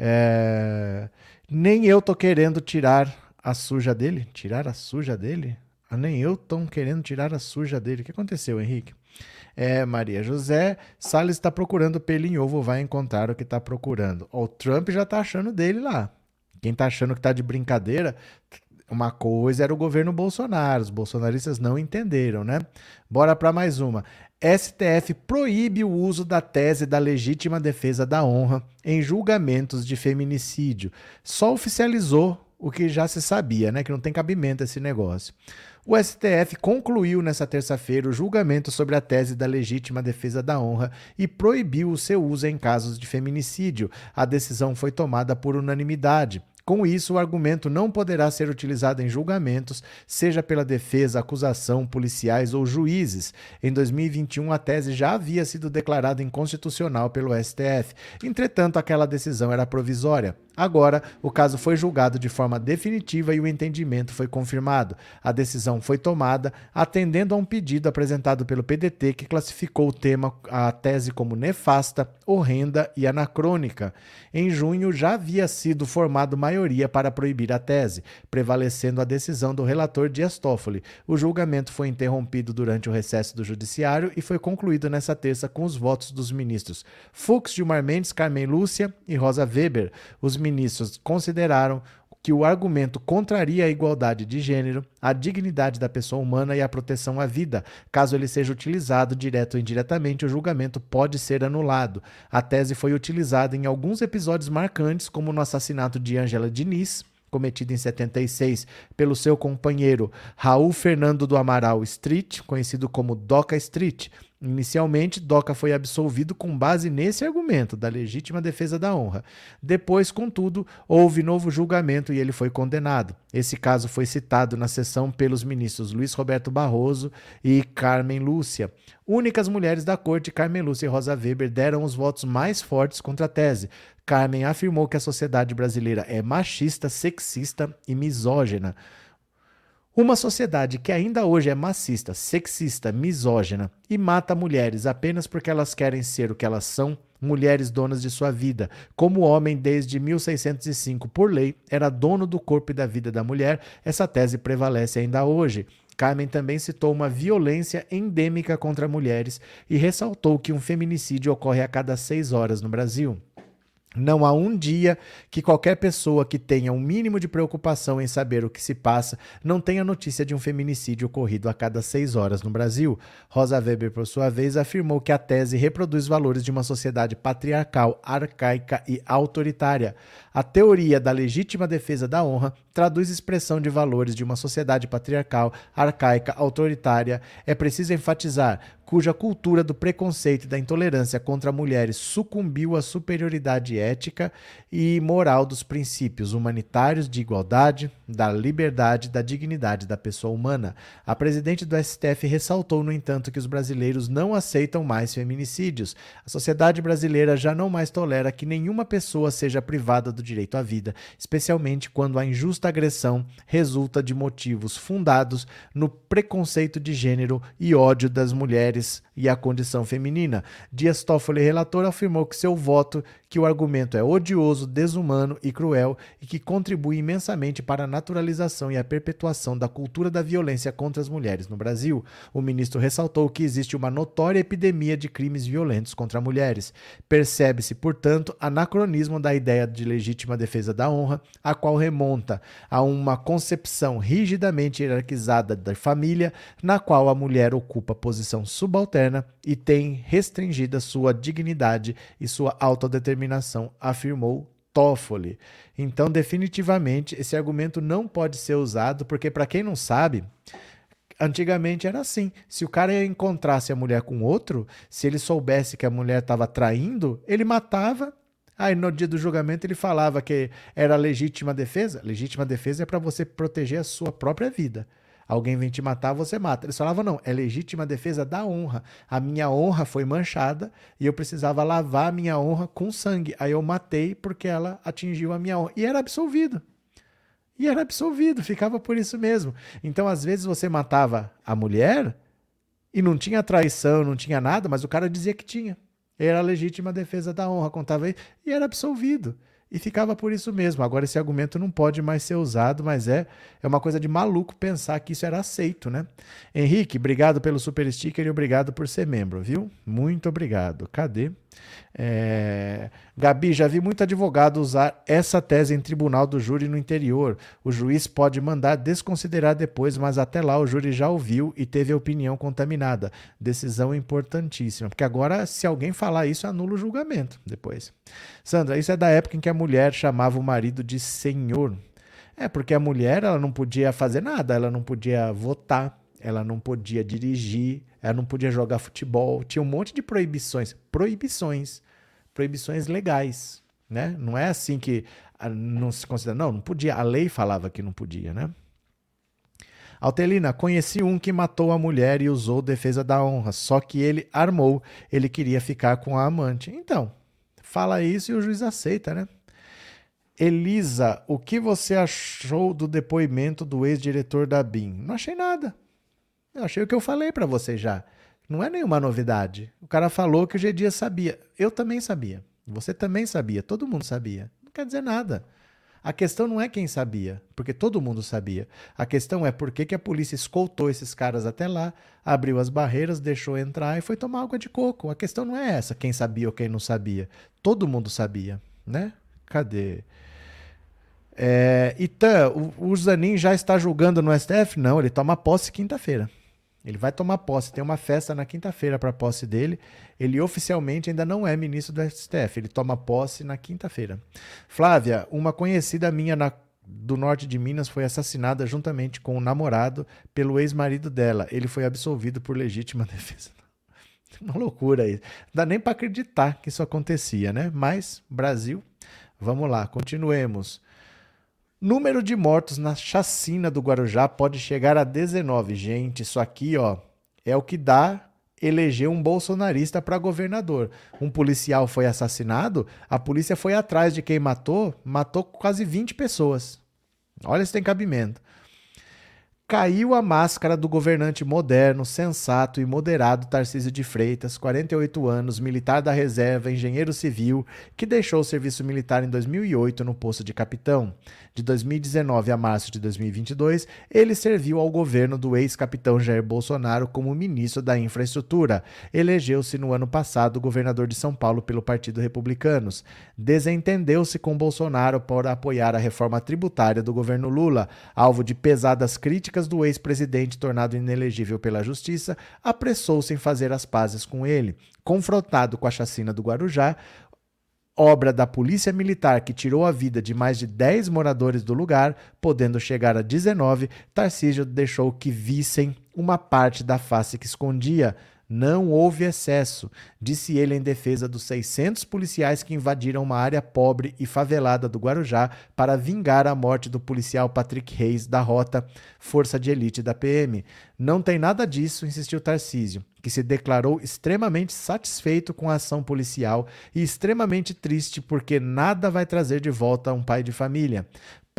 É... Nem eu tô querendo tirar a suja dele. Tirar a suja dele? Ah, nem eu tô querendo tirar a suja dele. O que aconteceu, Henrique? É, Maria José, Salles está procurando pelo em ovo, vai encontrar o que está procurando. O Trump já tá achando dele lá. Quem tá achando que tá de brincadeira, uma coisa era o governo Bolsonaro. Os bolsonaristas não entenderam, né? Bora para mais uma. S T F proíbe o uso da tese da legítima defesa da honra em julgamentos de feminicídio. Só oficializou o que já se sabia, né? Que não tem cabimento esse negócio. O S T F concluiu nessa terça-feira o julgamento sobre a tese da legítima defesa da honra e proibiu o seu uso em casos de feminicídio. A decisão foi tomada por unanimidade. Com isso, o argumento não poderá ser utilizado em julgamentos, seja pela defesa, acusação, policiais ou juízes. Em dois mil e vinte e um, a tese já havia sido declarada inconstitucional pelo S T F. Entretanto, aquela decisão era provisória. Agora, o caso foi julgado de forma definitiva e o entendimento foi confirmado. A decisão foi tomada atendendo a um pedido apresentado pelo P D T que classificou o tema, a tese como nefasta, horrenda e anacrônica. Em junho, já havia sido formado maioria para proibir a tese, prevalecendo a decisão do relator Dias Toffoli. O julgamento foi interrompido durante o recesso do Judiciário e foi concluído nesta terça com os votos dos ministros Fux, Gilmar Mendes, Carmen Lúcia e Rosa Weber. Os ministros consideraram que o argumento contraria a igualdade de gênero, a dignidade da pessoa humana e a proteção à vida. Caso ele seja utilizado direto ou indiretamente, o julgamento pode ser anulado. A tese foi utilizada em alguns episódios marcantes, como no assassinato de Ângela Diniz, cometido em setenta e seis pelo seu companheiro Raul Fernando do Amaral Street, conhecido como Doca Street. Inicialmente, Doca foi absolvido com base nesse argumento da legítima defesa da honra. Depois, contudo, houve novo julgamento e ele foi condenado. Esse caso foi citado na sessão pelos ministros Luiz Roberto Barroso e Carmen Lúcia. Únicas mulheres da corte, Carmen Lúcia e Rosa Weber, deram os votos mais fortes contra a tese. Carmen afirmou que a sociedade brasileira é machista, sexista e misógina. Uma sociedade que ainda hoje é machista, sexista, misógina e mata mulheres apenas porque elas querem ser o que elas são, mulheres donas de sua vida. Como o homem, desde mil seiscentos e cinco, por lei, era dono do corpo e da vida da mulher, essa tese prevalece ainda hoje. Carmen também citou uma violência endêmica contra mulheres e ressaltou que um feminicídio ocorre a cada seis horas no Brasil. Não há um dia que qualquer pessoa que tenha um mínimo de preocupação em saber o que se passa não tenha notícia de um feminicídio ocorrido a cada seis horas no Brasil. Rosa Weber, por sua vez, afirmou que a tese reproduz valores de uma sociedade patriarcal, arcaica e autoritária. A teoria da legítima defesa da honra traduz expressão de valores de uma sociedade patriarcal, arcaica, autoritária. É preciso enfatizar cuja cultura do preconceito e da intolerância contra mulheres sucumbiu à superioridade ética e moral dos princípios humanitários de igualdade, da liberdade e da dignidade da pessoa humana. A presidente do S T F ressaltou, no entanto, que os brasileiros não aceitam mais feminicídios. A sociedade brasileira já não mais tolera que nenhuma pessoa seja privada do direito à vida, especialmente quando a injusta agressão resulta de motivos fundados no preconceito de gênero e ódio das mulheres e a condição feminina. Dias Toffoli, relator, afirmou que seu voto que o argumento é odioso, desumano e cruel e que contribui imensamente para a naturalização e a perpetuação da cultura da violência contra as mulheres no Brasil. O ministro ressaltou que existe uma notória epidemia de crimes violentos contra mulheres. Percebe-se, portanto, anacronismo da ideia de legítima defesa da honra, a qual remonta a uma concepção rigidamente hierarquizada da família, na qual a mulher ocupa posição subalterna e tem restringida sua dignidade e sua autodeterminação, afirmou Toffoli. Então, definitivamente, esse argumento não pode ser usado, porque, para quem não sabe, antigamente era assim. Se o cara encontrasse a mulher com outro, se ele soubesse que a mulher estava traindo, ele matava. Aí no dia do julgamento ele falava que era legítima defesa. Legítima defesa é para você proteger a sua própria vida. Alguém vem te matar, você mata. Eles falavam, não, é legítima defesa da honra. A minha honra foi manchada e eu precisava lavar a minha honra com sangue. Aí eu matei porque ela atingiu a minha honra. E era absolvido. E era absolvido, ficava por isso mesmo. Então, às vezes, você matava a mulher e não tinha traição, não tinha nada, mas o cara dizia que tinha. Era a legítima defesa da honra, contava aí, e era absolvido. E ficava por isso mesmo. Agora esse argumento não pode mais ser usado, mas é, é uma coisa de maluco pensar que isso era aceito, né? Henrique, obrigado pelo super sticker e obrigado por ser membro, viu? Muito obrigado. Cadê? É... Gabi, já vi muito advogado usar essa tese em tribunal do júri no interior. O juiz pode mandar desconsiderar depois, mas até lá o júri já ouviu e teve a opinião contaminada. Decisão importantíssima. Porque agora, se alguém falar isso, anula o julgamento depois. Sandra, isso é da época em que a mulher chamava o marido de senhor. É, porque a mulher ela não podia fazer nada, ela não podia votar, ela não podia dirigir, ela não podia jogar futebol, tinha um monte de proibições, proibições, proibições legais, né? Não é assim que não se considera, não, não podia, a lei falava que não podia, né? Altelina, conheci um que matou a mulher e usou defesa da honra, só que ele armou, ele queria ficar com a amante. Então, fala isso e o juiz aceita, né? Elisa, o que você achou do depoimento do ex-diretor da B I M? Não achei nada. Eu achei o que eu falei para você já. Não é nenhuma novidade. O cara falou que o G Dias sabia. Eu também sabia. Você também sabia. Todo mundo sabia. Não quer dizer nada. A questão não é quem sabia, porque todo mundo sabia. A questão é por que que a polícia escoltou esses caras até lá, abriu as barreiras, deixou entrar e foi tomar água de coco. A questão não é essa, quem sabia ou quem não sabia. Todo mundo sabia, né? Cadê? É, Itan, o, o Zanin já está julgando no S T F? Não, ele toma posse quinta-feira. Ele vai tomar posse, tem uma festa na quinta-feira para a posse dele. Ele oficialmente ainda não é ministro do S T F, ele toma posse na quinta-feira. Flávia, uma conhecida minha na, do norte de Minas foi assassinada juntamente com o namorado pelo ex-marido dela. Ele foi absolvido por legítima defesa. Uma loucura aí. Não dá nem para acreditar que isso acontecia, né? Mas, Brasil, vamos lá, continuemos. Número de mortos na chacina do Guarujá pode chegar a dezenove. Gente, isso aqui, ó, é o que dá eleger um bolsonarista para governador. Um policial foi assassinado, a polícia foi atrás de quem matou, matou quase vinte pessoas. Olha se tem cabimento. Caiu a máscara do governante moderno, sensato e moderado Tarcísio de Freitas, quarenta e oito anos, militar da reserva, engenheiro civil, que deixou o serviço militar em dois mil e oito no posto de capitão. De dois mil e dezenove a março de dois mil e vinte e dois, ele serviu ao governo do ex-capitão Jair Bolsonaro como ministro da Infraestrutura. Elegeu-se no ano passado governador de São Paulo pelo Partido Republicanos. Desentendeu-se com Bolsonaro por apoiar a reforma tributária do governo Lula, alvo de pesadas críticas do ex-presidente tornado inelegível pela justiça, apressou-se em fazer as pazes com ele. Confrontado com a chacina do Guarujá, obra da polícia militar que tirou a vida de mais de dez moradores do lugar, podendo chegar a dezenove, Tarcísio deixou que vissem uma parte da face que escondia. Não houve excesso, disse ele em defesa dos seiscentos policiais que invadiram uma área pobre e favelada do Guarujá para vingar a morte do policial Patrick Reis da Rota, força de elite da P M. Não tem nada disso, insistiu Tarcísio, que se declarou extremamente satisfeito com a ação policial e extremamente triste porque nada vai trazer de volta um pai de família.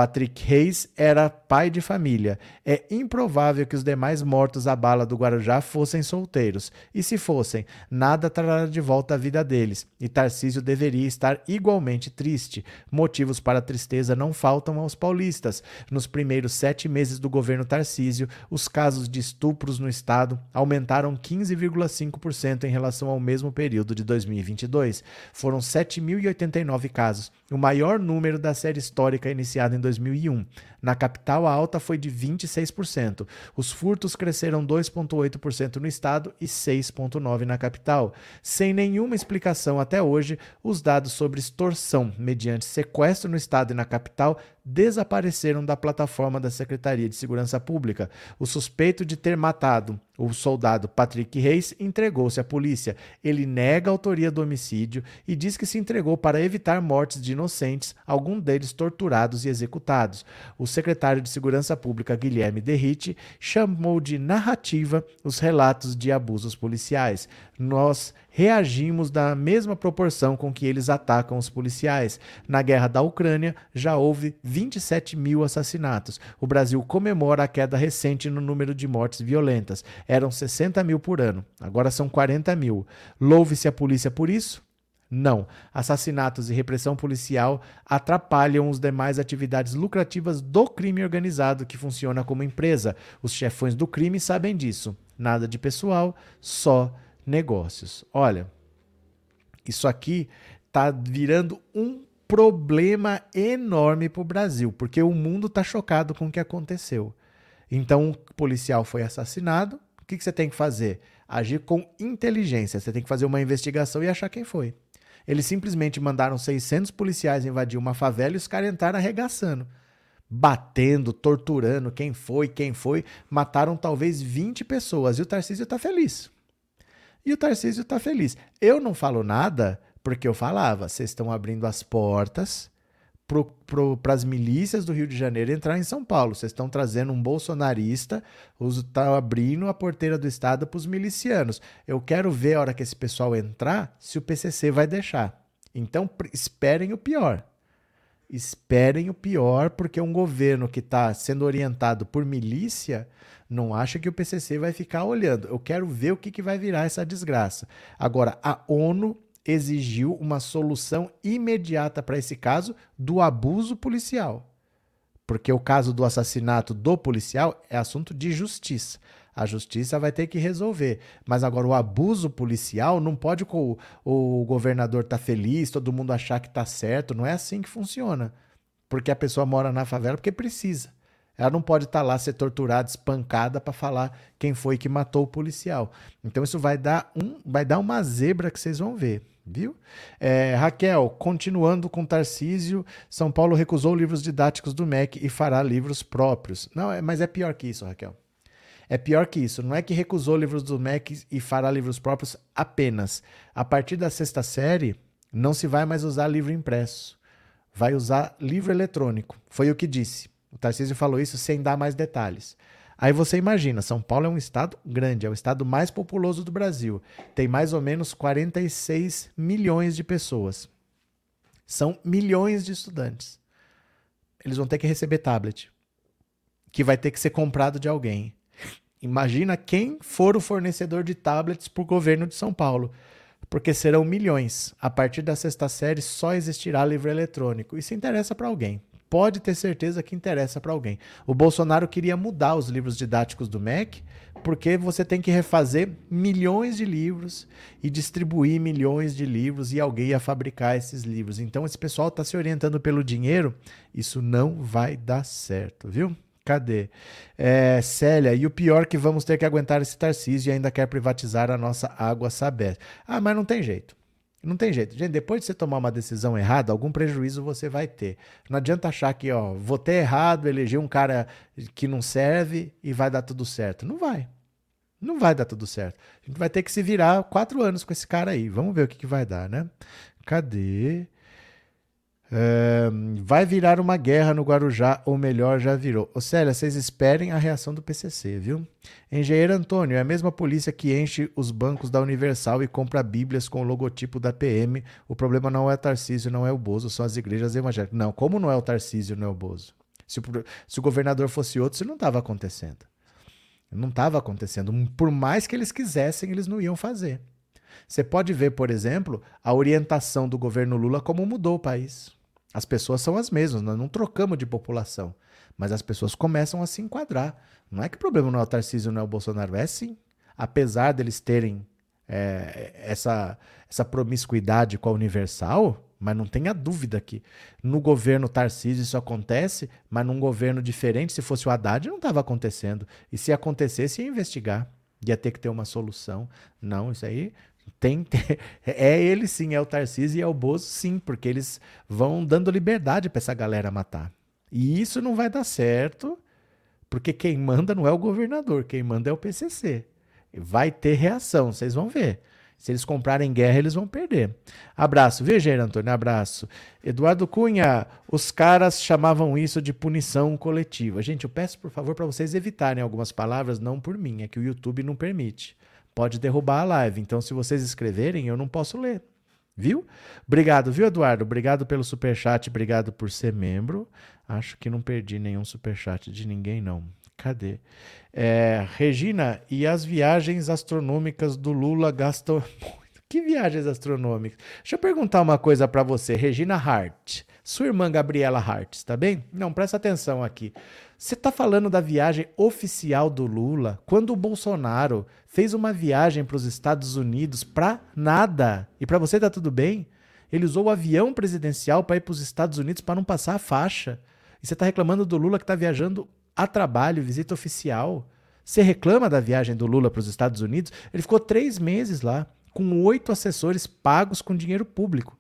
Patrick Reis era pai de família. É improvável que os demais mortos à bala do Guarujá fossem solteiros. E se fossem, nada trará de volta a vida deles. E Tarcísio deveria estar igualmente triste. Motivos para a tristeza não faltam aos paulistas. Nos primeiros sete meses do governo Tarcísio, os casos de estupros no estado aumentaram quinze vírgula cinco por cento em relação ao mesmo período de dois mil e vinte e dois. Foram sete mil e oitenta e nove casos, o maior número da série histórica iniciada em dois mil e um. Na capital, a alta foi de vinte e seis por cento. Os furtos cresceram dois vírgula oito por cento no estado e seis vírgula nove por cento na capital. Sem nenhuma explicação até hoje, os dados sobre extorsão mediante sequestro no estado e na capital desapareceram da plataforma da Secretaria de Segurança Pública. O suspeito de ter matado o soldado Patrick Reis entregou-se à polícia. Ele nega a autoria do homicídio e diz que se entregou para evitar mortes de inocentes, alguns deles torturados e executados. O secretário de Segurança Pública, Guilherme Derrite, chamou de narrativa os relatos de abusos policiais. Nós reagimos da mesma proporção com que eles atacam os policiais. Na guerra da Ucrânia, já houve vinte e sete mil assassinatos. O Brasil comemora a queda recente no número de mortes violentas. Eram sessenta mil por ano, agora são quarenta mil. Louve-se a polícia por isso? Não. Assassinatos e repressão policial atrapalham as demais atividades lucrativas do crime organizado, que funciona como empresa. Os chefões do crime sabem disso. Nada de pessoal, só negócios. Olha, isso aqui está virando um problema enorme para o Brasil, porque o mundo está chocado com o que aconteceu. Então, o policial foi assassinado. O que, que você tem que fazer? Agir com inteligência. Você tem que fazer uma investigação e achar quem foi. Eles simplesmente mandaram seiscentos policiais invadir uma favela e os caras entraram arregaçando. Batendo, torturando quem foi, quem foi. Mataram talvez vinte pessoas e o Tarcísio está feliz. E o Tarcísio está feliz. Eu não falo nada porque eu falava. Vocês estão abrindo as portas para as milícias do Rio de Janeiro entrar em São Paulo. Vocês estão trazendo um bolsonarista, estão abrindo a porteira do Estado para os milicianos. Eu quero ver a hora que esse pessoal entrar, se o P C C vai deixar. Então, esperem o pior. Esperem o pior, porque um governo que está sendo orientado por milícia não acha que o P C C vai ficar olhando. Eu quero ver o que, que vai virar essa desgraça. Agora, a ONU exigiu uma solução imediata para esse caso do abuso policial. Porque o caso do assassinato do policial é assunto de justiça. A justiça vai ter que resolver. Mas agora o abuso policial não pode o, o governador estar tá feliz, todo mundo achar que está certo. Não é assim que funciona. Porque a pessoa mora na favela porque precisa. Ela não pode estar tá lá, ser torturada, espancada para falar quem foi que matou o policial. Então isso vai dar, um, vai dar uma zebra que vocês vão ver. Viu? É, Raquel, continuando com Tarcísio, São Paulo recusou livros didáticos do M E C e fará livros próprios. Não, é, mas é pior que isso, Raquel. É pior que isso. Não é que recusou livros do M E C e fará livros próprios apenas. A partir da sexta série, não se vai mais usar livro impresso. Vai usar livro eletrônico. Foi o que disse. O Tarcísio falou isso sem dar mais detalhes. Aí você imagina, São Paulo é um estado grande, é o estado mais populoso do Brasil. Tem mais ou menos quarenta e seis milhões de pessoas. São milhões de estudantes. Eles vão ter que receber tablet, que vai ter que ser comprado de alguém. Imagina quem for o fornecedor de tablets para o governo de São Paulo, porque serão milhões. A partir da sexta série só existirá livro eletrônico. Isso interessa para alguém. Pode ter certeza que interessa para alguém. O Bolsonaro queria mudar os livros didáticos do M E C, porque você tem que refazer milhões de livros e distribuir milhões de livros e alguém ia fabricar esses livros. Então esse pessoal está se orientando pelo dinheiro, isso não vai dar certo, viu? Cadê? É, Célia, e o pior que vamos ter que aguentar esse Tarcísio e ainda quer privatizar a nossa água Sabesp. Ah, mas não tem jeito. Não tem jeito. Gente, depois de você tomar uma decisão errada, algum prejuízo você vai ter. Não adianta achar que, ó, vou ter errado, eleger um cara que não serve e vai dar tudo certo. Não vai. Não vai dar tudo certo. A gente vai ter que se virar quatro anos com esse cara aí. Vamos ver o que, que vai dar, né? Cadê? É, vai virar uma guerra no Guarujá, ou melhor, já virou. Ô Célia, vocês esperem a reação do P C C, viu? Engenheiro Antônio, é a mesma polícia que enche os bancos da Universal e compra bíblias com o logotipo da P M. O problema não é Tarcísio, não é o Bozo, são as igrejas evangélicas. Não, como não é o Tarcísio, não é o Bozo? Se o, se o governador fosse outro, isso não estava acontecendo. Não estava acontecendo. Por mais que eles quisessem, eles não iam fazer. Você pode ver, por exemplo, a orientação do governo Lula como mudou o país. As pessoas são as mesmas, nós não trocamos de população. Mas as pessoas começam a se enquadrar. Não é que o problema não é o Tarcísio, não é o Bolsonaro, é sim. Apesar deles terem é, essa, essa promiscuidade com a Universal, mas não tenha dúvida que no governo Tarcísio isso acontece, mas num governo diferente, se fosse o Haddad, não estava acontecendo. E se acontecesse, ia investigar. Ia ter que ter uma solução. Não, isso aí tem, tem é ele sim, é o Tarcísio e é o Bozo sim, porque eles vão dando liberdade para essa galera matar. E isso não vai dar certo, porque quem manda não é o governador, quem manda é o P C C. Vai ter reação, vocês vão ver. Se eles comprarem guerra, eles vão perder. Abraço, viu, Jair Antônio? Abraço. Eduardo Cunha, os caras chamavam isso de punição coletiva. Gente, eu peço, por favor, para vocês evitarem algumas palavras, não por mim, é que o YouTube não permite. Pode derrubar a live, então se vocês escreverem, eu não posso ler. Viu? Obrigado, viu, Eduardo? Obrigado pelo superchat, obrigado por ser membro. Acho que não perdi nenhum superchat de ninguém, não. Cadê? É, Regina, e as viagens astronômicas do Lula gastam muito? Que viagens astronômicas? Deixa eu perguntar uma coisa para você, Regina Hart. Sua irmã Gabriela Hart, tá bem? Não, presta atenção aqui. Você tá falando da viagem oficial do Lula, quando o Bolsonaro fez uma viagem para os Estados Unidos para nada. E para você tá tudo bem? Ele usou o avião presidencial para ir para os Estados Unidos para não passar a faixa. E você tá reclamando do Lula que tá viajando a trabalho, visita oficial. Você reclama da viagem do Lula para os Estados Unidos? Ele ficou três meses lá, com oito assessores pagos com dinheiro público.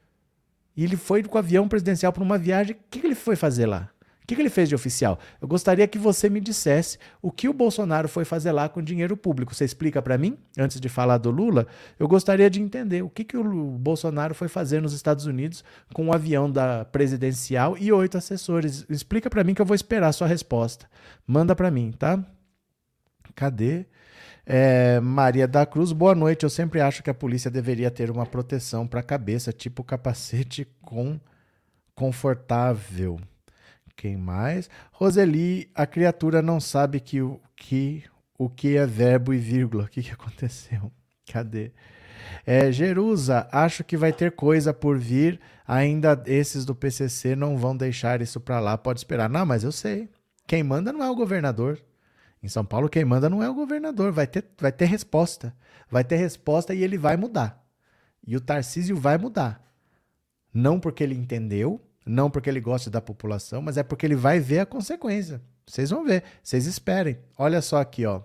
E ele foi com o avião presidencial para uma viagem. O que, que ele foi fazer lá? O que, que ele fez de oficial? Eu gostaria que você me dissesse o que o Bolsonaro foi fazer lá com dinheiro público. Você explica para mim? Antes de falar do Lula, eu gostaria de entender o que, que o Bolsonaro foi fazer nos Estados Unidos com o avião da presidencial e oito assessores. Explica para mim que eu vou esperar a sua resposta. Manda para mim, tá? Cadê? É, Maria da Cruz, boa noite. Eu sempre acho que a polícia deveria ter uma proteção para a cabeça, tipo capacete com confortável. Quem mais? Roseli, a criatura não sabe que o que, o que é verbo e vírgula. O que, que aconteceu? Cadê? É, Jerusa, acho que vai ter coisa por vir. Ainda esses do P C C não vão deixar isso para lá. Pode esperar. Não, mas eu sei. Quem manda não é o governador. Em São Paulo, quem manda não é o governador. Vai ter, vai ter resposta. Vai ter resposta e ele vai mudar. E o Tarcísio vai mudar. Não porque ele entendeu, não porque ele gosta da população, mas é porque ele vai ver a consequência. Vocês vão ver. Vocês esperem. Olha só aqui, ó.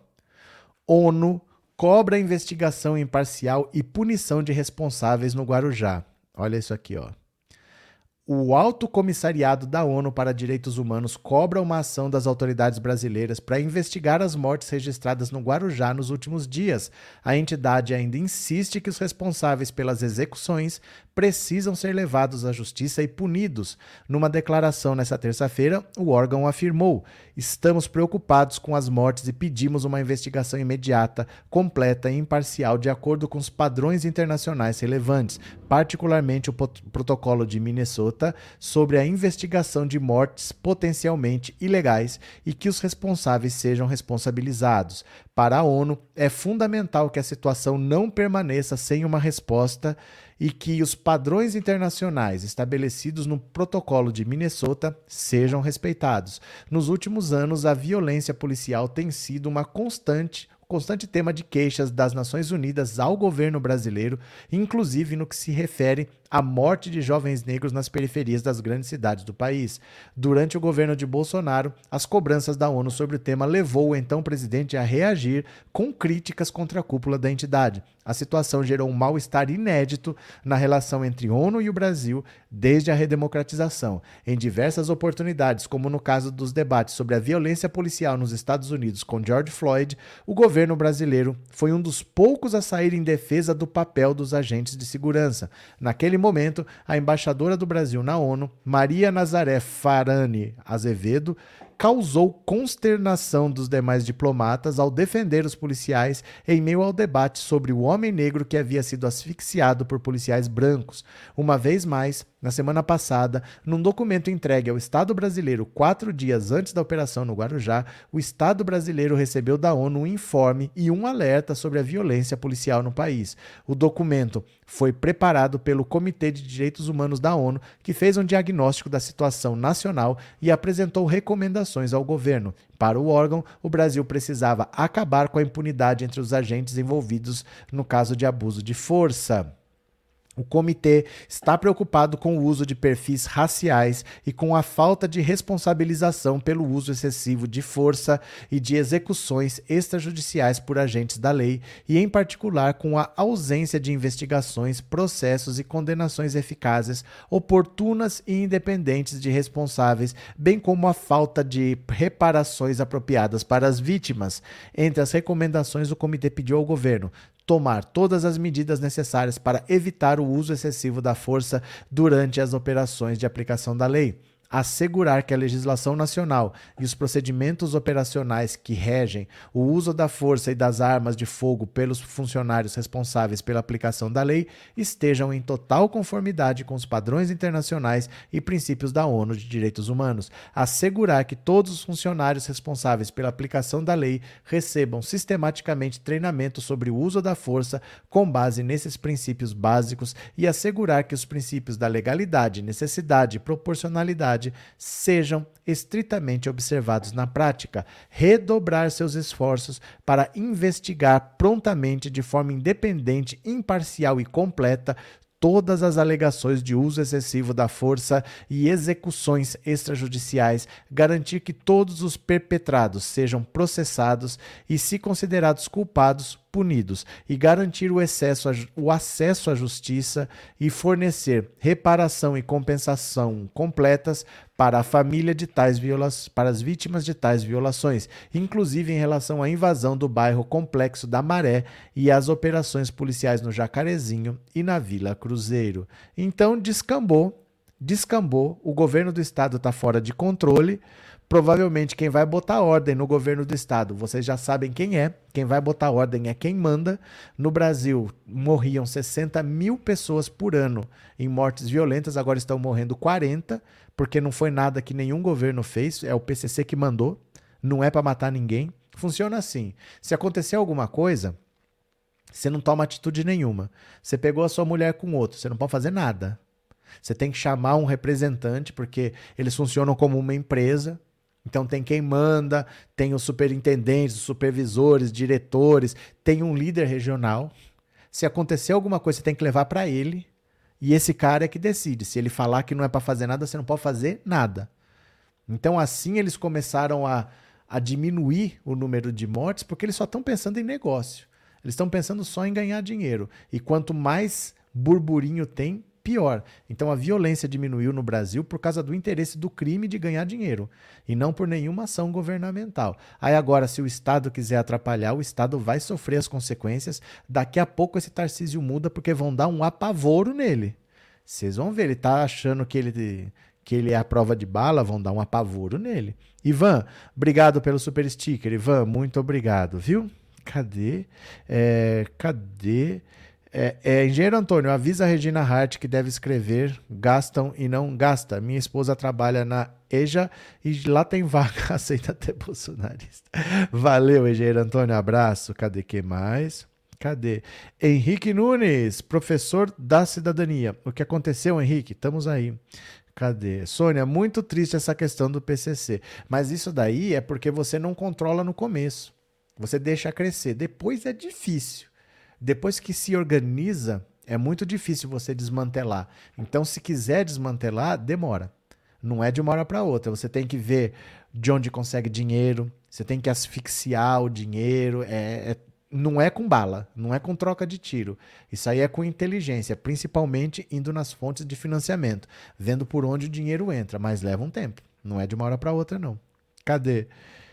ONU cobra investigação imparcial e punição de responsáveis no Guarujá. Olha isso aqui, ó. O Alto Comissariado da ONU para Direitos Humanos cobra uma ação das autoridades brasileiras para investigar as mortes registradas no Guarujá nos últimos dias. A entidade ainda insiste que os responsáveis pelas execuções precisam ser levados à justiça e punidos. Numa declaração nesta terça-feira, o órgão afirmou: estamos preocupados com as mortes e pedimos uma investigação imediata, completa e imparcial de acordo com os padrões internacionais relevantes, particularmente o protocolo de Minnesota sobre a investigação de mortes potencialmente ilegais e que os responsáveis sejam responsabilizados. Para a ONU, é fundamental que a situação não permaneça sem uma resposta e que os padrões internacionais estabelecidos no protocolo de Minnesota sejam respeitados. Nos últimos anos, a violência policial tem sido uma constante constante tema de queixas das Nações Unidas ao governo brasileiro, inclusive no que se refere à morte de jovens negros nas periferias das grandes cidades do país. Durante o governo de Bolsonaro, as cobranças da ONU sobre o tema levou o então presidente a reagir com críticas contra a cúpula da entidade. A situação gerou um mal-estar inédito na relação entre ONU e o Brasil desde a redemocratização. Em diversas oportunidades, como no caso dos debates sobre a violência policial nos Estados Unidos com George Floyd, o governo brasileiro foi um dos poucos a sair em defesa do papel dos agentes de segurança. Naquele momento, a embaixadora do Brasil na ONU, Maria Nazaré Farani Azevedo, causou consternação dos demais diplomatas ao defender os policiais em meio ao debate sobre o homem negro que havia sido asfixiado por policiais brancos. Uma vez mais, na semana passada, num documento entregue ao Estado brasileiro quatro dias antes da operação no Guarujá, o Estado brasileiro recebeu da ONU um informe e um alerta sobre a violência policial no país. O documento foi preparado pelo Comitê de Direitos Humanos da ONU, que fez um diagnóstico da situação nacional e apresentou recomendações ao governo. Para o órgão, o Brasil precisava acabar com a impunidade entre os agentes envolvidos no caso de abuso de força. O comitê está preocupado com o uso de perfis raciais e com a falta de responsabilização pelo uso excessivo de força e de execuções extrajudiciais por agentes da lei, e em particular com a ausência de investigações, processos e condenações eficazes, oportunas e independentes de responsáveis, bem como a falta de reparações apropriadas para as vítimas. Entre as recomendações, o comitê pediu ao governo tomar todas as medidas necessárias para evitar o uso excessivo da força durante as operações de aplicação da lei, assegurar que a legislação nacional e os procedimentos operacionais que regem o uso da força e das armas de fogo pelos funcionários responsáveis pela aplicação da lei estejam em total conformidade com os padrões internacionais e princípios da ONU de Direitos Humanos, assegurar que todos os funcionários responsáveis pela aplicação da lei recebam sistematicamente treinamento sobre o uso da força com base nesses princípios básicos e assegurar que os princípios da legalidade, necessidade e proporcionalidade sejam estritamente observados na prática, redobrar seus esforços para investigar prontamente, de forma independente, imparcial e completa, todas as alegações de uso excessivo da força e execuções extrajudiciais, garantir que todos os perpetrados sejam processados e, se considerados culpados, punidos, e garantir o, excesso a, o acesso à justiça e fornecer reparação e compensação completas para a família de tais violações, para as vítimas de tais violações, inclusive em relação à invasão do bairro Complexo da Maré e às operações policiais no Jacarezinho e na Vila Cruzeiro. Então descambou, descambou, o governo do estado está fora de controle. Provavelmente quem vai botar ordem no governo do estado, vocês já sabem quem é, quem vai botar ordem é quem manda. No Brasil morriam sessenta mil pessoas por ano em mortes violentas, agora estão morrendo quarenta, porque não foi nada que nenhum governo fez, é o P C C que mandou, não é para matar ninguém. Funciona assim, se acontecer alguma coisa, você não toma atitude nenhuma. Você pegou a sua mulher com outro, você não pode fazer nada. Você tem que chamar um representante, porque eles funcionam como uma empresa. Então tem quem manda, tem os superintendentes, os supervisores, diretores, tem um líder regional. Se acontecer alguma coisa, você tem que levar para ele, e esse cara é que decide. Se ele falar que não é para fazer nada, você não pode fazer nada. Então assim eles começaram a, a diminuir o número de mortes, porque eles só estão pensando em negócio. Eles estão pensando só em ganhar dinheiro. E quanto mais burburinho tem, pior. Então a violência diminuiu no Brasil por causa do interesse do crime de ganhar dinheiro e não por nenhuma ação governamental. Aí agora, se o Estado quiser atrapalhar, o Estado vai sofrer as consequências. Daqui a pouco esse Tarcísio muda, porque vão dar um apavoro nele. Vocês vão ver, ele tá achando que ele, que ele é a prova de bala, vão dar um apavoro nele. Ivan, obrigado pelo super sticker. Ivan, muito obrigado, viu? Cadê? É, cadê? É, é, engenheiro Antônio, avisa a Regina Hart que deve escrever gastam e não gasta. Minha esposa trabalha na E J A e lá tem vaga, aceita até bolsonarista. Valeu, engenheiro Antônio, abraço. Cadê que mais? Cadê? Henrique Nunes, professor da cidadania. O que aconteceu, Henrique? Estamos aí. Cadê? Sônia, muito triste essa questão do P C C. Mas isso daí é porque você não controla no começo. Você deixa crescer. Depois é difícil. Depois que se organiza, é muito difícil você desmantelar. Então, se quiser desmantelar, demora. Não é de uma hora para outra. Você tem que ver de onde consegue dinheiro, você tem que asfixiar o dinheiro. É, é, não é com bala, não é com troca de tiro. Isso aí é com inteligência, principalmente indo nas fontes de financiamento, vendo por onde o dinheiro entra, mas leva um tempo. Não é de uma hora para outra, não. Cadê?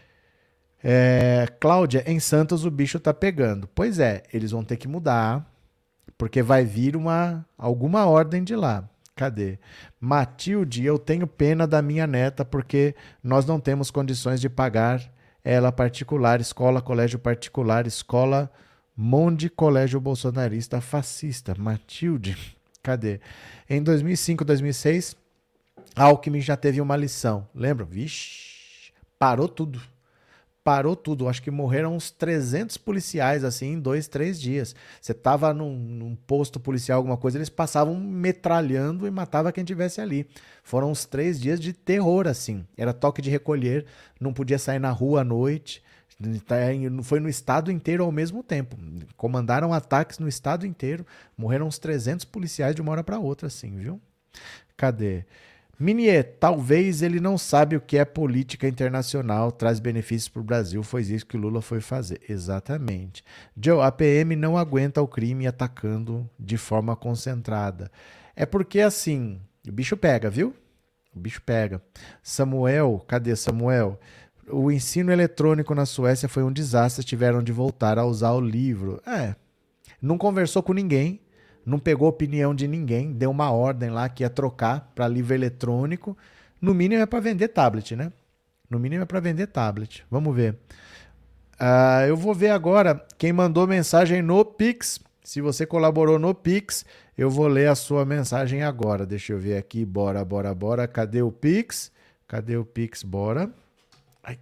É, Cláudia, em Santos o bicho tá pegando. Pois é, eles vão ter que mudar, porque vai vir uma, alguma ordem de lá. Cadê? Matilde, eu tenho pena da minha neta porque nós não temos condições de pagar ela particular, escola, colégio particular, escola Monde, colégio bolsonarista fascista. Matilde, cadê? Em dois mil e cinco, dois mil e seis, Alckmin já teve uma lição. Lembra? Vixe, parou tudo. Parou tudo. Acho que morreram uns trezentos policiais, assim, em dois, três dias. Você tava num, num posto policial, alguma coisa, eles passavam metralhando e matavam quem tivesse ali. Foram uns três dias de terror, assim. Era toque de recolher, não podia sair na rua à noite. Foi no estado inteiro ao mesmo tempo. Comandaram ataques no estado inteiro. Morreram uns trezentos policiais de uma hora para outra, assim, viu? Cadê? Minier, talvez ele não sabe o que é política internacional, traz benefícios para o Brasil, foi isso que o Lula foi fazer. Exatamente. Joe, a P M não aguenta o crime atacando de forma concentrada. É porque, assim, o bicho pega, viu? O bicho pega. Samuel, cadê Samuel? O ensino eletrônico na Suécia foi um desastre, tiveram de voltar a usar o livro. É, não conversou com ninguém. Não pegou opinião de ninguém, deu uma ordem lá que ia trocar para livro eletrônico. No mínimo é para vender tablet, né? No mínimo é para vender tablet. Vamos ver. Uh, eu vou ver agora quem mandou mensagem no Pix. Se você colaborou no Pix, eu vou ler a sua mensagem agora. Deixa eu ver aqui. Bora, bora, bora. Cadê o Pix? Cadê o Pix? Bora. Ai.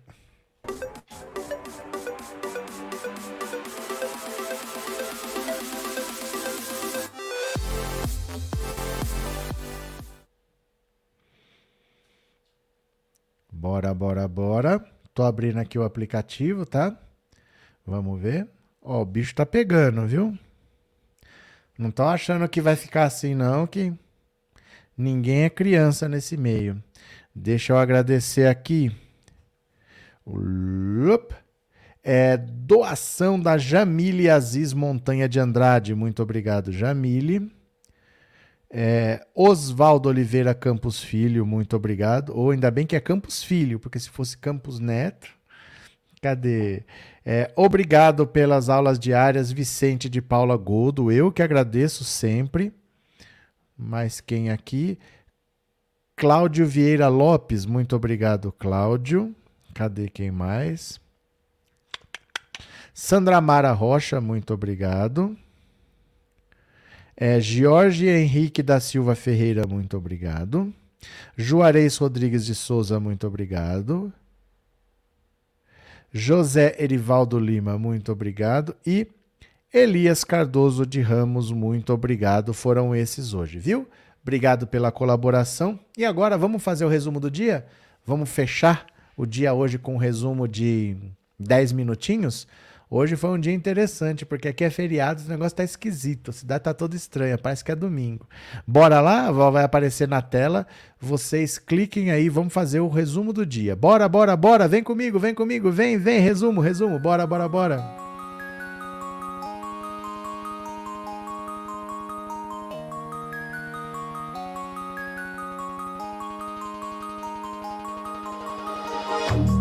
Bora, bora, bora. Tô abrindo aqui o aplicativo, tá? Vamos ver. Ó, o bicho tá pegando, viu? Não tô achando que vai ficar assim, não, que ninguém é criança nesse meio. Deixa eu agradecer aqui. É doação da Jamile Aziz Montanha de Andrade. Muito obrigado, Jamile. É, Oswaldo Oliveira Campos Filho, muito obrigado. Ou ainda bem que é Campos Filho, porque se fosse Campos Neto, cadê? É, obrigado pelas aulas diárias, Vicente de Paula Goldo. Eu que agradeço sempre. Mas quem aqui? Cláudio Vieira Lopes, muito obrigado, Cláudio. Cadê quem mais? Sandra Mara Rocha, muito obrigado. É, Jorge Henrique da Silva Ferreira, muito obrigado. Juarez Rodrigues de Souza, muito obrigado. José Erivaldo Lima, muito obrigado. E Elias Cardoso de Ramos, muito obrigado. Foram esses hoje, viu? Obrigado pela colaboração. E agora vamos fazer o resumo do dia? Vamos fechar o dia hoje com um resumo de dez minutinhos? Hoje foi um dia interessante, porque aqui é feriado, o negócio tá esquisito, a cidade tá toda estranha, parece que é domingo. Bora lá, vai aparecer na tela, vocês cliquem aí, vamos fazer o resumo do dia. Bora, bora, bora, vem comigo, vem comigo, vem, vem, resumo, resumo, bora, bora, bora. Thank you.